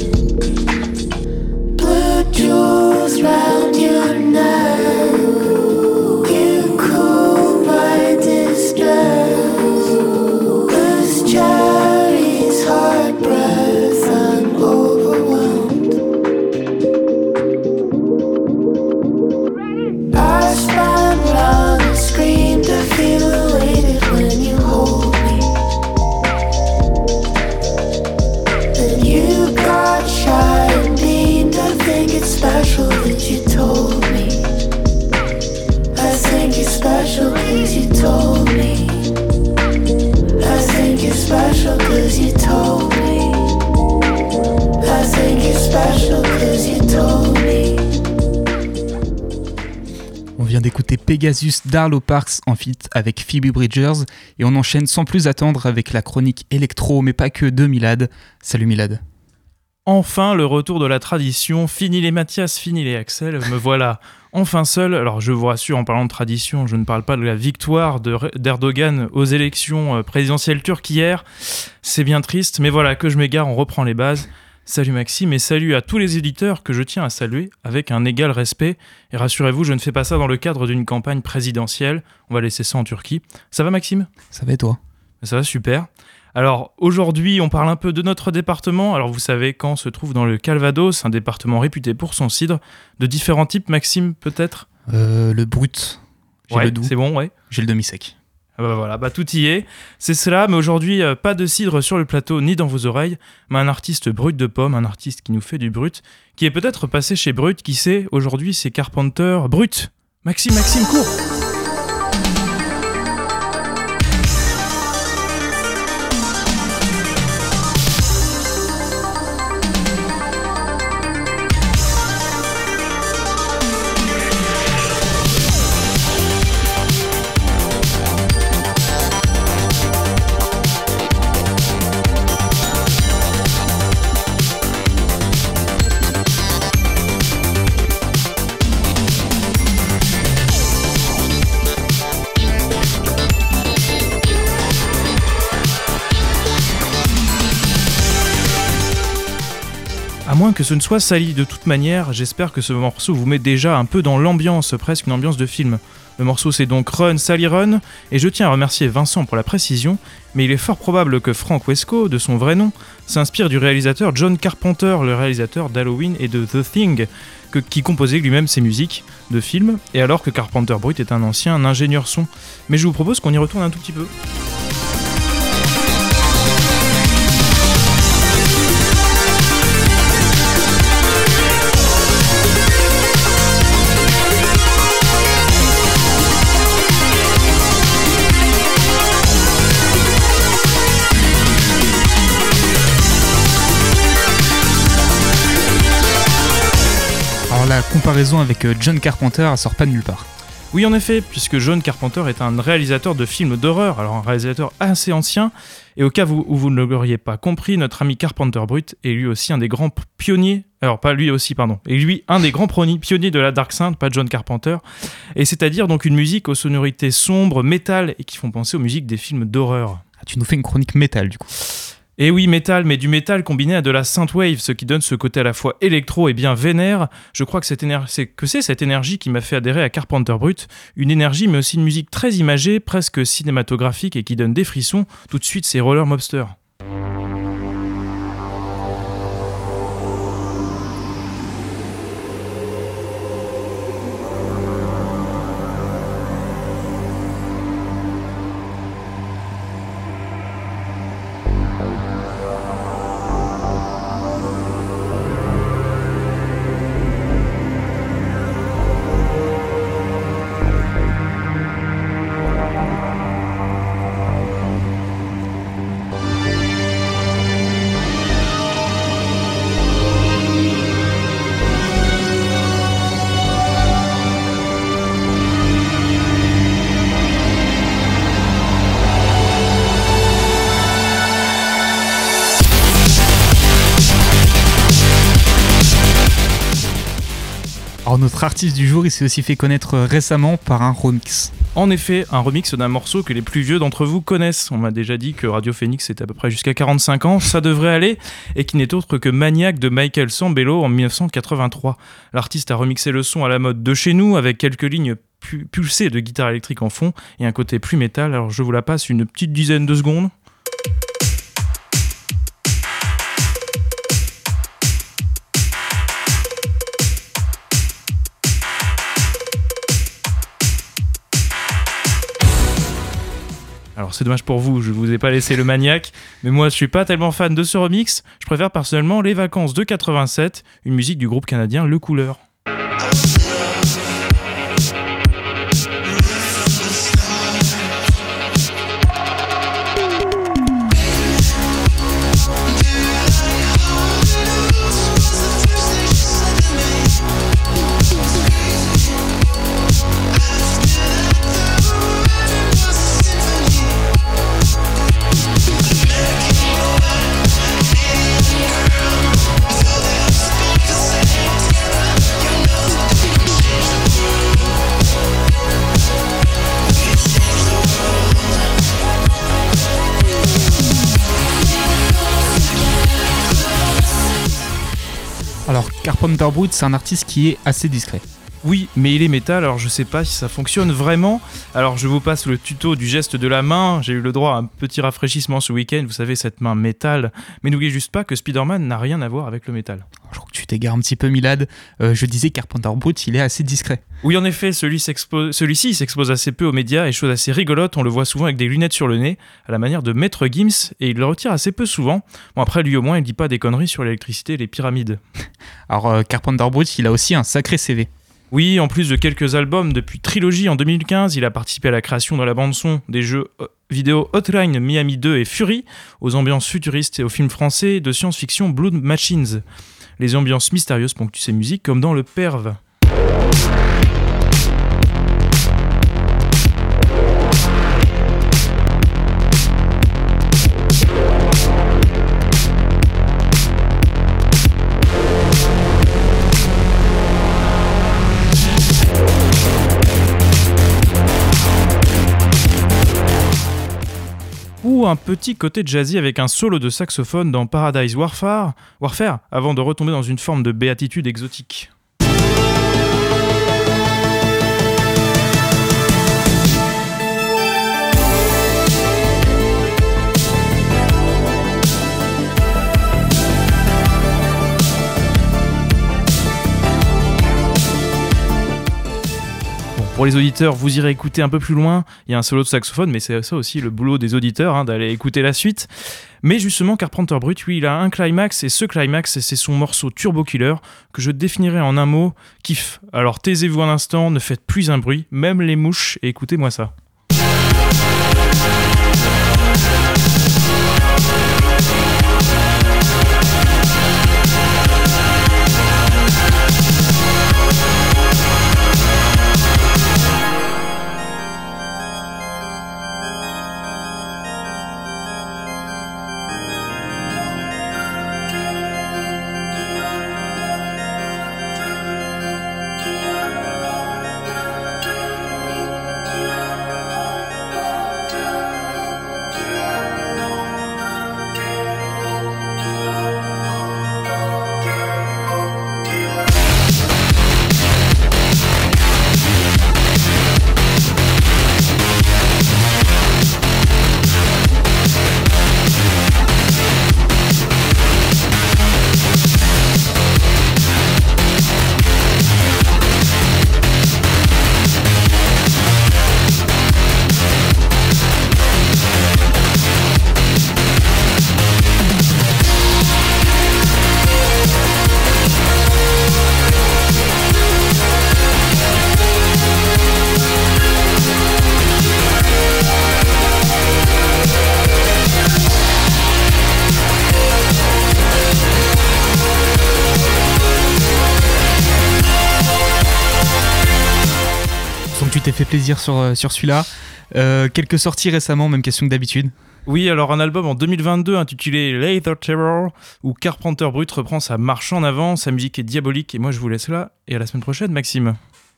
Blue jewels round your neck, you cool my distress. With cherries, hot breath, I'm overwhelmed. I spun round and screamed, I feel elated when you hold me. Then you got shy and beamed, I think it's special that you told me. I think you're special cause you told me. I think you're special cause you told me. I think you're special cause you told me. On vient d'écouter Pegasus d'Arlo Parks en feat avec Phoebe Bridgers et on enchaîne sans plus attendre avec la chronique électro mais pas que de Milad. Salut Milad. Enfin, le retour de la tradition. Fini les Mathias, fini les Axel. Me voilà enfin seul. Alors, je vous rassure, en parlant de tradition, je ne parle pas de la victoire d'Erdogan aux élections présidentielles turques hier. C'est bien triste, mais voilà, que je m'égare, on reprend les bases. Salut Maxime et salut à tous les éditeurs que je tiens à saluer avec un égal respect. Et rassurez-vous, je ne fais pas ça dans le cadre d'une campagne présidentielle. On va laisser ça en Turquie. Ça va Maxime ? Ça va et toi ? Ça va super. Alors aujourd'hui, on parle un peu de notre département. Alors vous savez, Caen se trouve dans le Calvados, un département réputé pour son cidre. De différents types, Maxime, peut-être ? Le brut. J'ai le doux. C'est bon, ouais. J'ai le demi-sec. Ah bah voilà, bah tout y est. C'est cela, mais aujourd'hui, pas de cidre sur le plateau ni dans vos oreilles, mais un artiste brut de pomme, un artiste qui nous fait du brut, qui est peut-être passé chez Brut, qui sait, aujourd'hui c'est Carpenter Brut. Maxime, cours. À moins que ce ne soit sali de toute manière, j'espère que ce morceau vous met déjà un peu dans l'ambiance, presque une ambiance de film. Le morceau c'est donc Run Sally Run, et je tiens à remercier Vincent pour la précision, mais il est fort probable que Frank Wesco, de son vrai nom, s'inspire du réalisateur John Carpenter, le réalisateur d'Halloween et de The Thing, qui composait lui-même ses musiques de films, et alors que Carpenter Brut est un ancien ingénieur son. Mais je vous propose qu'on y retourne un tout petit peu. La comparaison avec John Carpenter, elle sort pas de nulle part. Oui, en effet, puisque John Carpenter est un réalisateur de films d'horreur, alors un réalisateur assez ancien, et au cas où vous ne l'auriez pas compris, notre ami Carpenter Brut est lui aussi un des grands pionniers, un des grands pionniers de la Dark Synth, pas John Carpenter, et c'est-à-dire donc une musique aux sonorités sombres, métal, et qui font penser aux musiques des films d'horreur. Ah, tu nous fais une chronique métal du coup. Et oui, métal, mais du métal combiné à de la synthwave, ce qui donne ce côté à la fois électro et bien vénère. Je crois que c'est cette énergie qui m'a fait adhérer à Carpenter Brut, une énergie mais aussi une musique très imagée, presque cinématographique et qui donne des frissons. Tout de suite, c'est Roller Mobster. Alors notre artiste du jour, il s'est aussi fait connaître récemment par un remix. En effet, un remix d'un morceau que les plus vieux d'entre vous connaissent. On m'a déjà dit que Radio Phoenix était à peu près jusqu'à 45 ans, ça devrait aller, et qui n'est autre que Maniac de Michael Sambello en 1983. L'artiste a remixé le son à la mode de chez nous, avec quelques lignes pulsées de guitare électrique en fond, et un côté plus métal, alors je vous la passe une petite dizaine de secondes. Alors c'est dommage pour vous, je vous ai pas laissé le Maniac, mais moi je suis pas tellement fan de ce remix, je préfère personnellement Les Vacances de 87, une musique du groupe canadien Le Couleur. Alors Carpenter Brut, c'est un artiste qui est assez discret. Oui, mais il est métal, alors je sais pas si ça fonctionne vraiment. Alors je vous passe le tuto du geste de la main. J'ai eu le droit à un petit rafraîchissement ce week-end, vous savez, cette main métal. Mais n'oubliez juste pas que Spider-Man n'a rien à voir avec le métal. Je crois que tu t'égares un petit peu, Milad. Je disais Carpenter Brut, il est assez discret. Oui, en effet, celui-ci s'expose assez peu aux médias et chose assez rigolote, on le voit souvent avec des lunettes sur le nez, à la manière de Maître Gims, et il le retire assez peu souvent. Bon, après, lui au moins, il dit pas des conneries sur l'électricité et les pyramides. Alors, Carpenter Brut, il a aussi un sacré CV. Oui, en plus de quelques albums, depuis Trilogy en 2015, il a participé à la création de la bande-son des jeux vidéo Hotline Miami 2 et Fury, aux ambiances futuristes et aux films français de science-fiction Blood Machines. Les ambiances mystérieuses ponctuent ses musiques comme dans Le Perve. Ou un petit côté jazzy avec un solo de saxophone dans Paradise Warfare, avant de retomber dans une forme de béatitude exotique. Pour les auditeurs, vous irez écouter un peu plus loin, il y a un solo de saxophone, mais c'est ça aussi le boulot des auditeurs, d'aller écouter la suite. Mais justement, Carpenter Brut, lui, il a un climax, et ce climax, c'est son morceau Turbo Killer, que je définirais en un mot, kiff. Alors taisez-vous un instant, ne faites plus un bruit, même les mouches, et écoutez-moi ça. Tu t'es fait plaisir sur celui-là. Quelques sorties récemment, même question que d'habitude. Oui, alors un album en 2022 intitulé Later Terror, où Carpenter Brut reprend sa marche en avant, sa musique est diabolique, et moi je vous laisse là, et à la semaine prochaine, Maxime.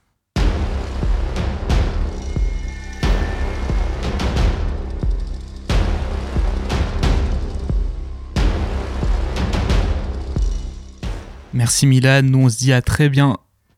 Merci Milan, nous on se dit à très bien.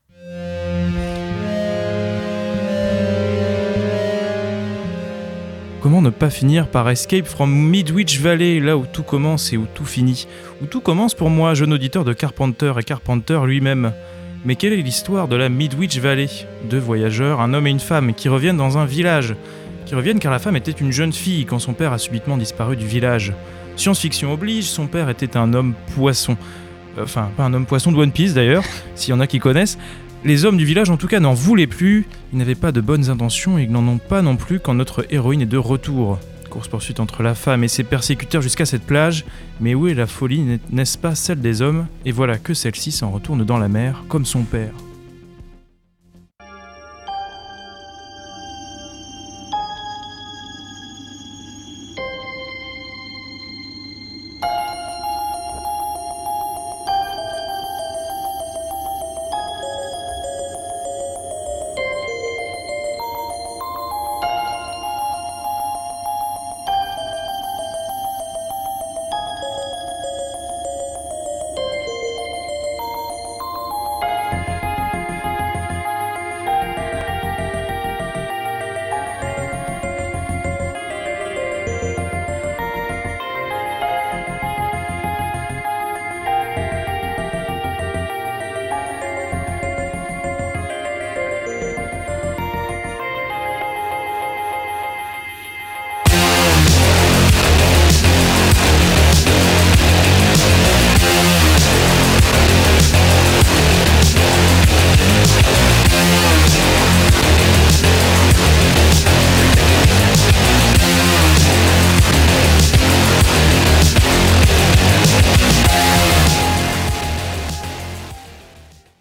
Comment ne pas finir par Escape from Midwich Valley, là où tout commence et où tout finit. Où tout commence pour moi, jeune auditeur de Carpenter et Carpenter lui-même. Mais quelle est l'histoire de la Midwich Valley ? Deux voyageurs, un homme et une femme, qui reviennent dans un village. Qui reviennent car la femme était une jeune fille quand son père a subitement disparu du village. Science-fiction oblige, son père était un homme poisson. Enfin, pas un homme poisson de One Piece d'ailleurs, s'il y en a qui connaissent. Les hommes du village en tout cas n'en voulaient plus, ils n'avaient pas de bonnes intentions et ils n'en ont pas non plus quand notre héroïne est de retour. Course-poursuite entre la femme et ses persécuteurs jusqu'à cette plage, mais où est la folie, n'est-ce pas celle des hommes ? Et voilà que celle-ci s'en retourne dans la mer, comme son père.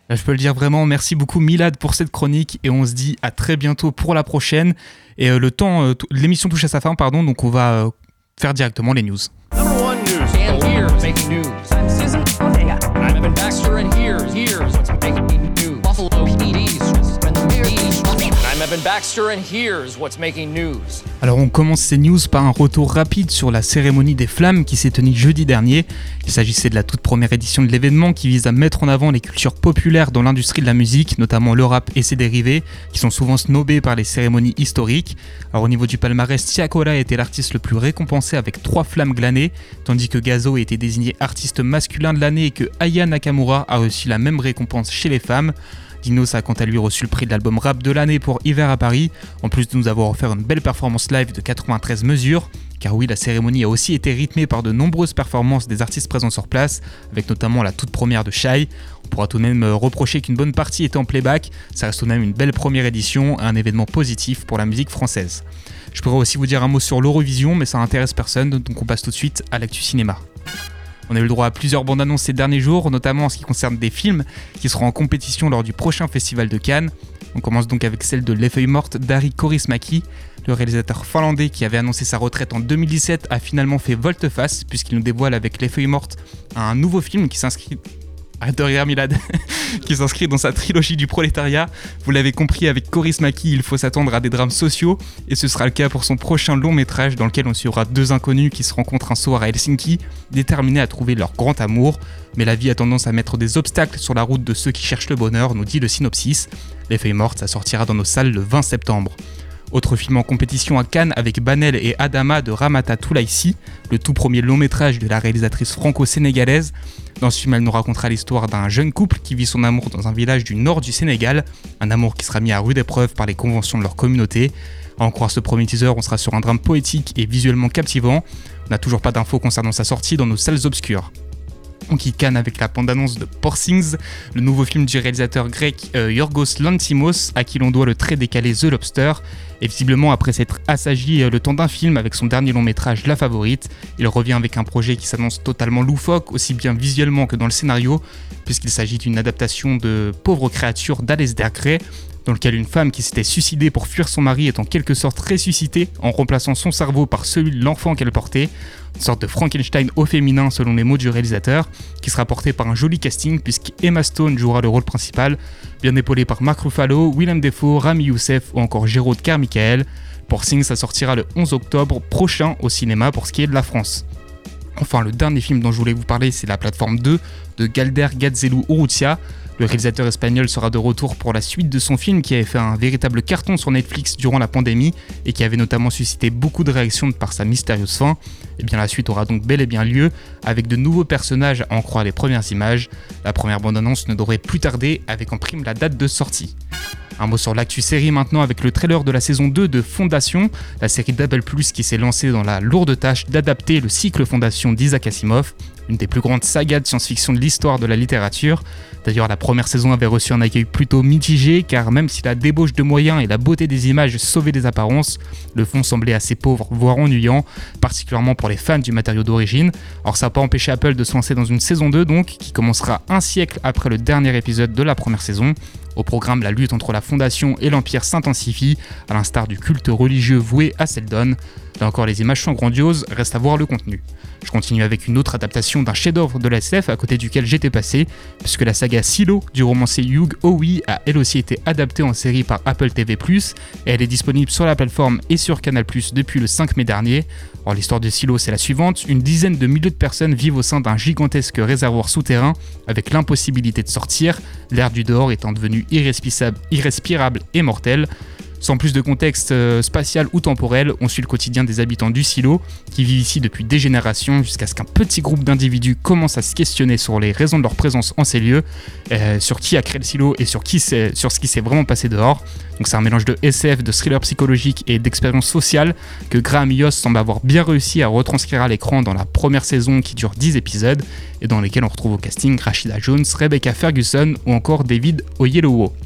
Là, je peux le dire vraiment, merci beaucoup Milad pour cette chronique et on se dit à très bientôt pour la prochaine. Et l'émission touche à sa fin, donc on va faire directement les news. Number one news. And here's making news. I'm Susan Ortega. I'm Evan Baxter, and here's what's making news. Buffalo PD's when the Bees. I'm Evan Baxter, and here's what's making news. Alors on commence ces news par un retour rapide sur la cérémonie des Flammes qui s'est tenue jeudi dernier. Il s'agissait de la toute première édition de l'événement qui vise à mettre en avant les cultures populaires dans l'industrie de la musique, notamment le rap et ses dérivés, qui sont souvent snobés par les cérémonies historiques. Alors au niveau du palmarès, Tiakola a été l'artiste le plus récompensé avec 3 flammes glanées, tandis que Gazo a été désigné artiste masculin de l'année et que Aya Nakamura a reçu la même récompense chez les femmes. Dinos a quant à lui reçu le prix de l'album rap de l'année pour Hiver à Paris, en plus de nous avoir offert une belle performance live de 93 mesures. Car oui, la cérémonie a aussi été rythmée par de nombreuses performances des artistes présents sur place, avec notamment la toute première de Shai. On pourra tout de même reprocher qu'une bonne partie était en playback, ça reste tout de même une belle première édition, un événement positif pour la musique française. Je pourrais aussi vous dire un mot sur l'Eurovision, mais ça n'intéresse personne, donc on passe tout de suite à l'actu cinéma. On a eu le droit à plusieurs bandes annonces ces derniers jours, notamment en ce qui concerne des films qui seront en compétition lors du prochain festival de Cannes. On commence donc avec celle de Les Feuilles Mortes d'Ari Kaurismäki. Le réalisateur finlandais qui avait annoncé sa retraite en 2017 a finalement fait volte-face puisqu'il nous dévoile avec Les Feuilles Mortes un nouveau film qui s'inscrit... Arrête de rire Milad qui s'inscrit dans sa trilogie du prolétariat. Vous l'avez compris, avec Kaurismäki, il faut s'attendre à des drames sociaux et ce sera le cas pour son prochain long métrage dans lequel on suivra 2 inconnus qui se rencontrent un soir à Helsinki, déterminés à trouver leur grand amour. Mais la vie a tendance à mettre des obstacles sur la route de ceux qui cherchent le bonheur, nous dit le synopsis. Les Feuilles Mortes, ça sortira dans nos salles le 20 septembre. Autre film en compétition à Cannes avec Banel et Adama de Ramata Toulaïsi, le tout premier long métrage de la réalisatrice franco-sénégalaise. Dans ce film, elle nous racontera l'histoire d'un jeune couple qui vit son amour dans un village du nord du Sénégal, un amour qui sera mis à rude épreuve par les conventions de leur communauté. À en croire ce premier teaser, on sera sur un drame poétique et visuellement captivant. On n'a toujours pas d'infos concernant sa sortie dans nos salles obscures. On quitte Cannes avec la bande-annonce de Poor Things, le nouveau film du réalisateur grec Yorgos Lanthimos, à qui l'on doit le très décalé The Lobster. Et visiblement, après s'être assagi le temps d'un film avec son dernier long métrage La Favorite, il revient avec un projet qui s'annonce totalement loufoque, aussi bien visuellement que dans le scénario, puisqu'il s'agit d'une adaptation de Pauvres créatures d'Alasdair Gray, dans lequel une femme qui s'était suicidée pour fuir son mari est en quelque sorte ressuscitée en remplaçant son cerveau par celui de l'enfant qu'elle portait, une sorte de Frankenstein au féminin selon les mots du réalisateur, qui sera porté par un joli casting puisqu'Emma Stone jouera le rôle principal, bien épaulé par Mark Ruffalo, Willem Dafoe, Rami Youssef ou encore Jérôme Carmichael. Poor Things, ça sortira le 11 octobre prochain au cinéma pour ce qui est de la France. Enfin, le dernier film dont je voulais vous parler, c'est La Plateforme 2 de Galder Gazelu Urrutia. Le réalisateur espagnol sera de retour pour la suite de son film qui avait fait un véritable carton sur Netflix durant la pandémie et qui avait notamment suscité beaucoup de réactions par sa mystérieuse fin. Et bien la suite aura donc bel et bien lieu avec de nouveaux personnages à en croire les premières images. La première bande-annonce ne devrait plus tarder avec en prime la date de sortie. Un mot sur l'actu série maintenant avec le trailer de la saison 2 de Fondation, la série d'Apple Plus qui s'est lancée dans la lourde tâche d'adapter le cycle Fondation d'Isaac Asimov, une des plus grandes sagas de science-fiction de l'histoire de la littérature. D'ailleurs, la première saison avait reçu un accueil plutôt mitigé, car même si la débauche de moyens et la beauté des images sauvaient des apparences, le fond semblait assez pauvre, voire ennuyant, particulièrement pour les fans du matériau d'origine. Alors ça n'a pas empêché Apple de se lancer dans une saison 2 donc, qui commencera un siècle après le dernier épisode de la première saison. Au programme, la lutte entre la Fondation et l'Empire s'intensifie, à l'instar du culte religieux voué à Seldon. Là encore, les images sont grandioses, reste à voir le contenu. Je continue avec une autre adaptation d'un chef-d'œuvre de la SF à côté duquel j'étais passé, puisque la saga Silo du romancier Hugh Howey a elle aussi été adaptée en série par Apple TV+, et elle est disponible sur la plateforme et sur Canal+ depuis le 5 mai dernier. Alors l'histoire de Silo, c'est la suivante, une dizaine de milliers de personnes vivent au sein d'un gigantesque réservoir souterrain, avec l'impossibilité de sortir, l'air du dehors étant devenu irrespirable et mortel. Sans plus de contexte spatial ou temporel, on suit le quotidien des habitants du silo, qui vivent ici depuis des générations, jusqu'à ce qu'un petit groupe d'individus commence à se questionner sur les raisons de leur présence en ces lieux, sur qui a créé le silo et sur ce qui s'est vraiment passé dehors. Donc c'est un mélange de SF, de thriller psychologique et d'expérience sociale que Graham Yost semble avoir bien réussi à retranscrire à l'écran dans la première saison qui dure 10 épisodes, et dans lesquels on retrouve au casting Rashida Jones, Rebecca Ferguson ou encore David Oyelowo.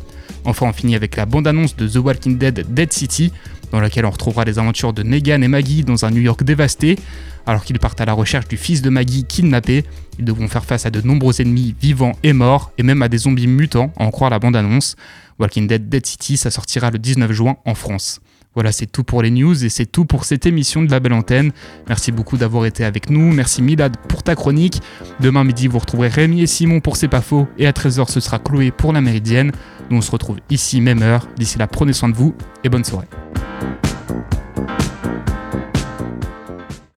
Enfin, on finit avec la bande-annonce de The Walking Dead Dead City, dans laquelle on retrouvera les aventures de Negan et Maggie dans un New York dévasté. Alors qu'ils partent à la recherche du fils de Maggie kidnappé, ils devront faire face à de nombreux ennemis vivants et morts, et même à des zombies mutants, à en croire la bande-annonce. Walking Dead Dead City, ça sortira le 19 juin en France. Voilà, c'est tout pour les news et c'est tout pour cette émission de La Belle Antenne. Merci beaucoup d'avoir été avec nous. Merci Milad pour ta chronique. Demain midi, vous retrouverez Rémi et Simon pour C'est pas faux. Et à 13h, ce sera Chloé pour La Méridienne. Nous, on se retrouve ici, même heure. D'ici là, prenez soin de vous et bonne soirée.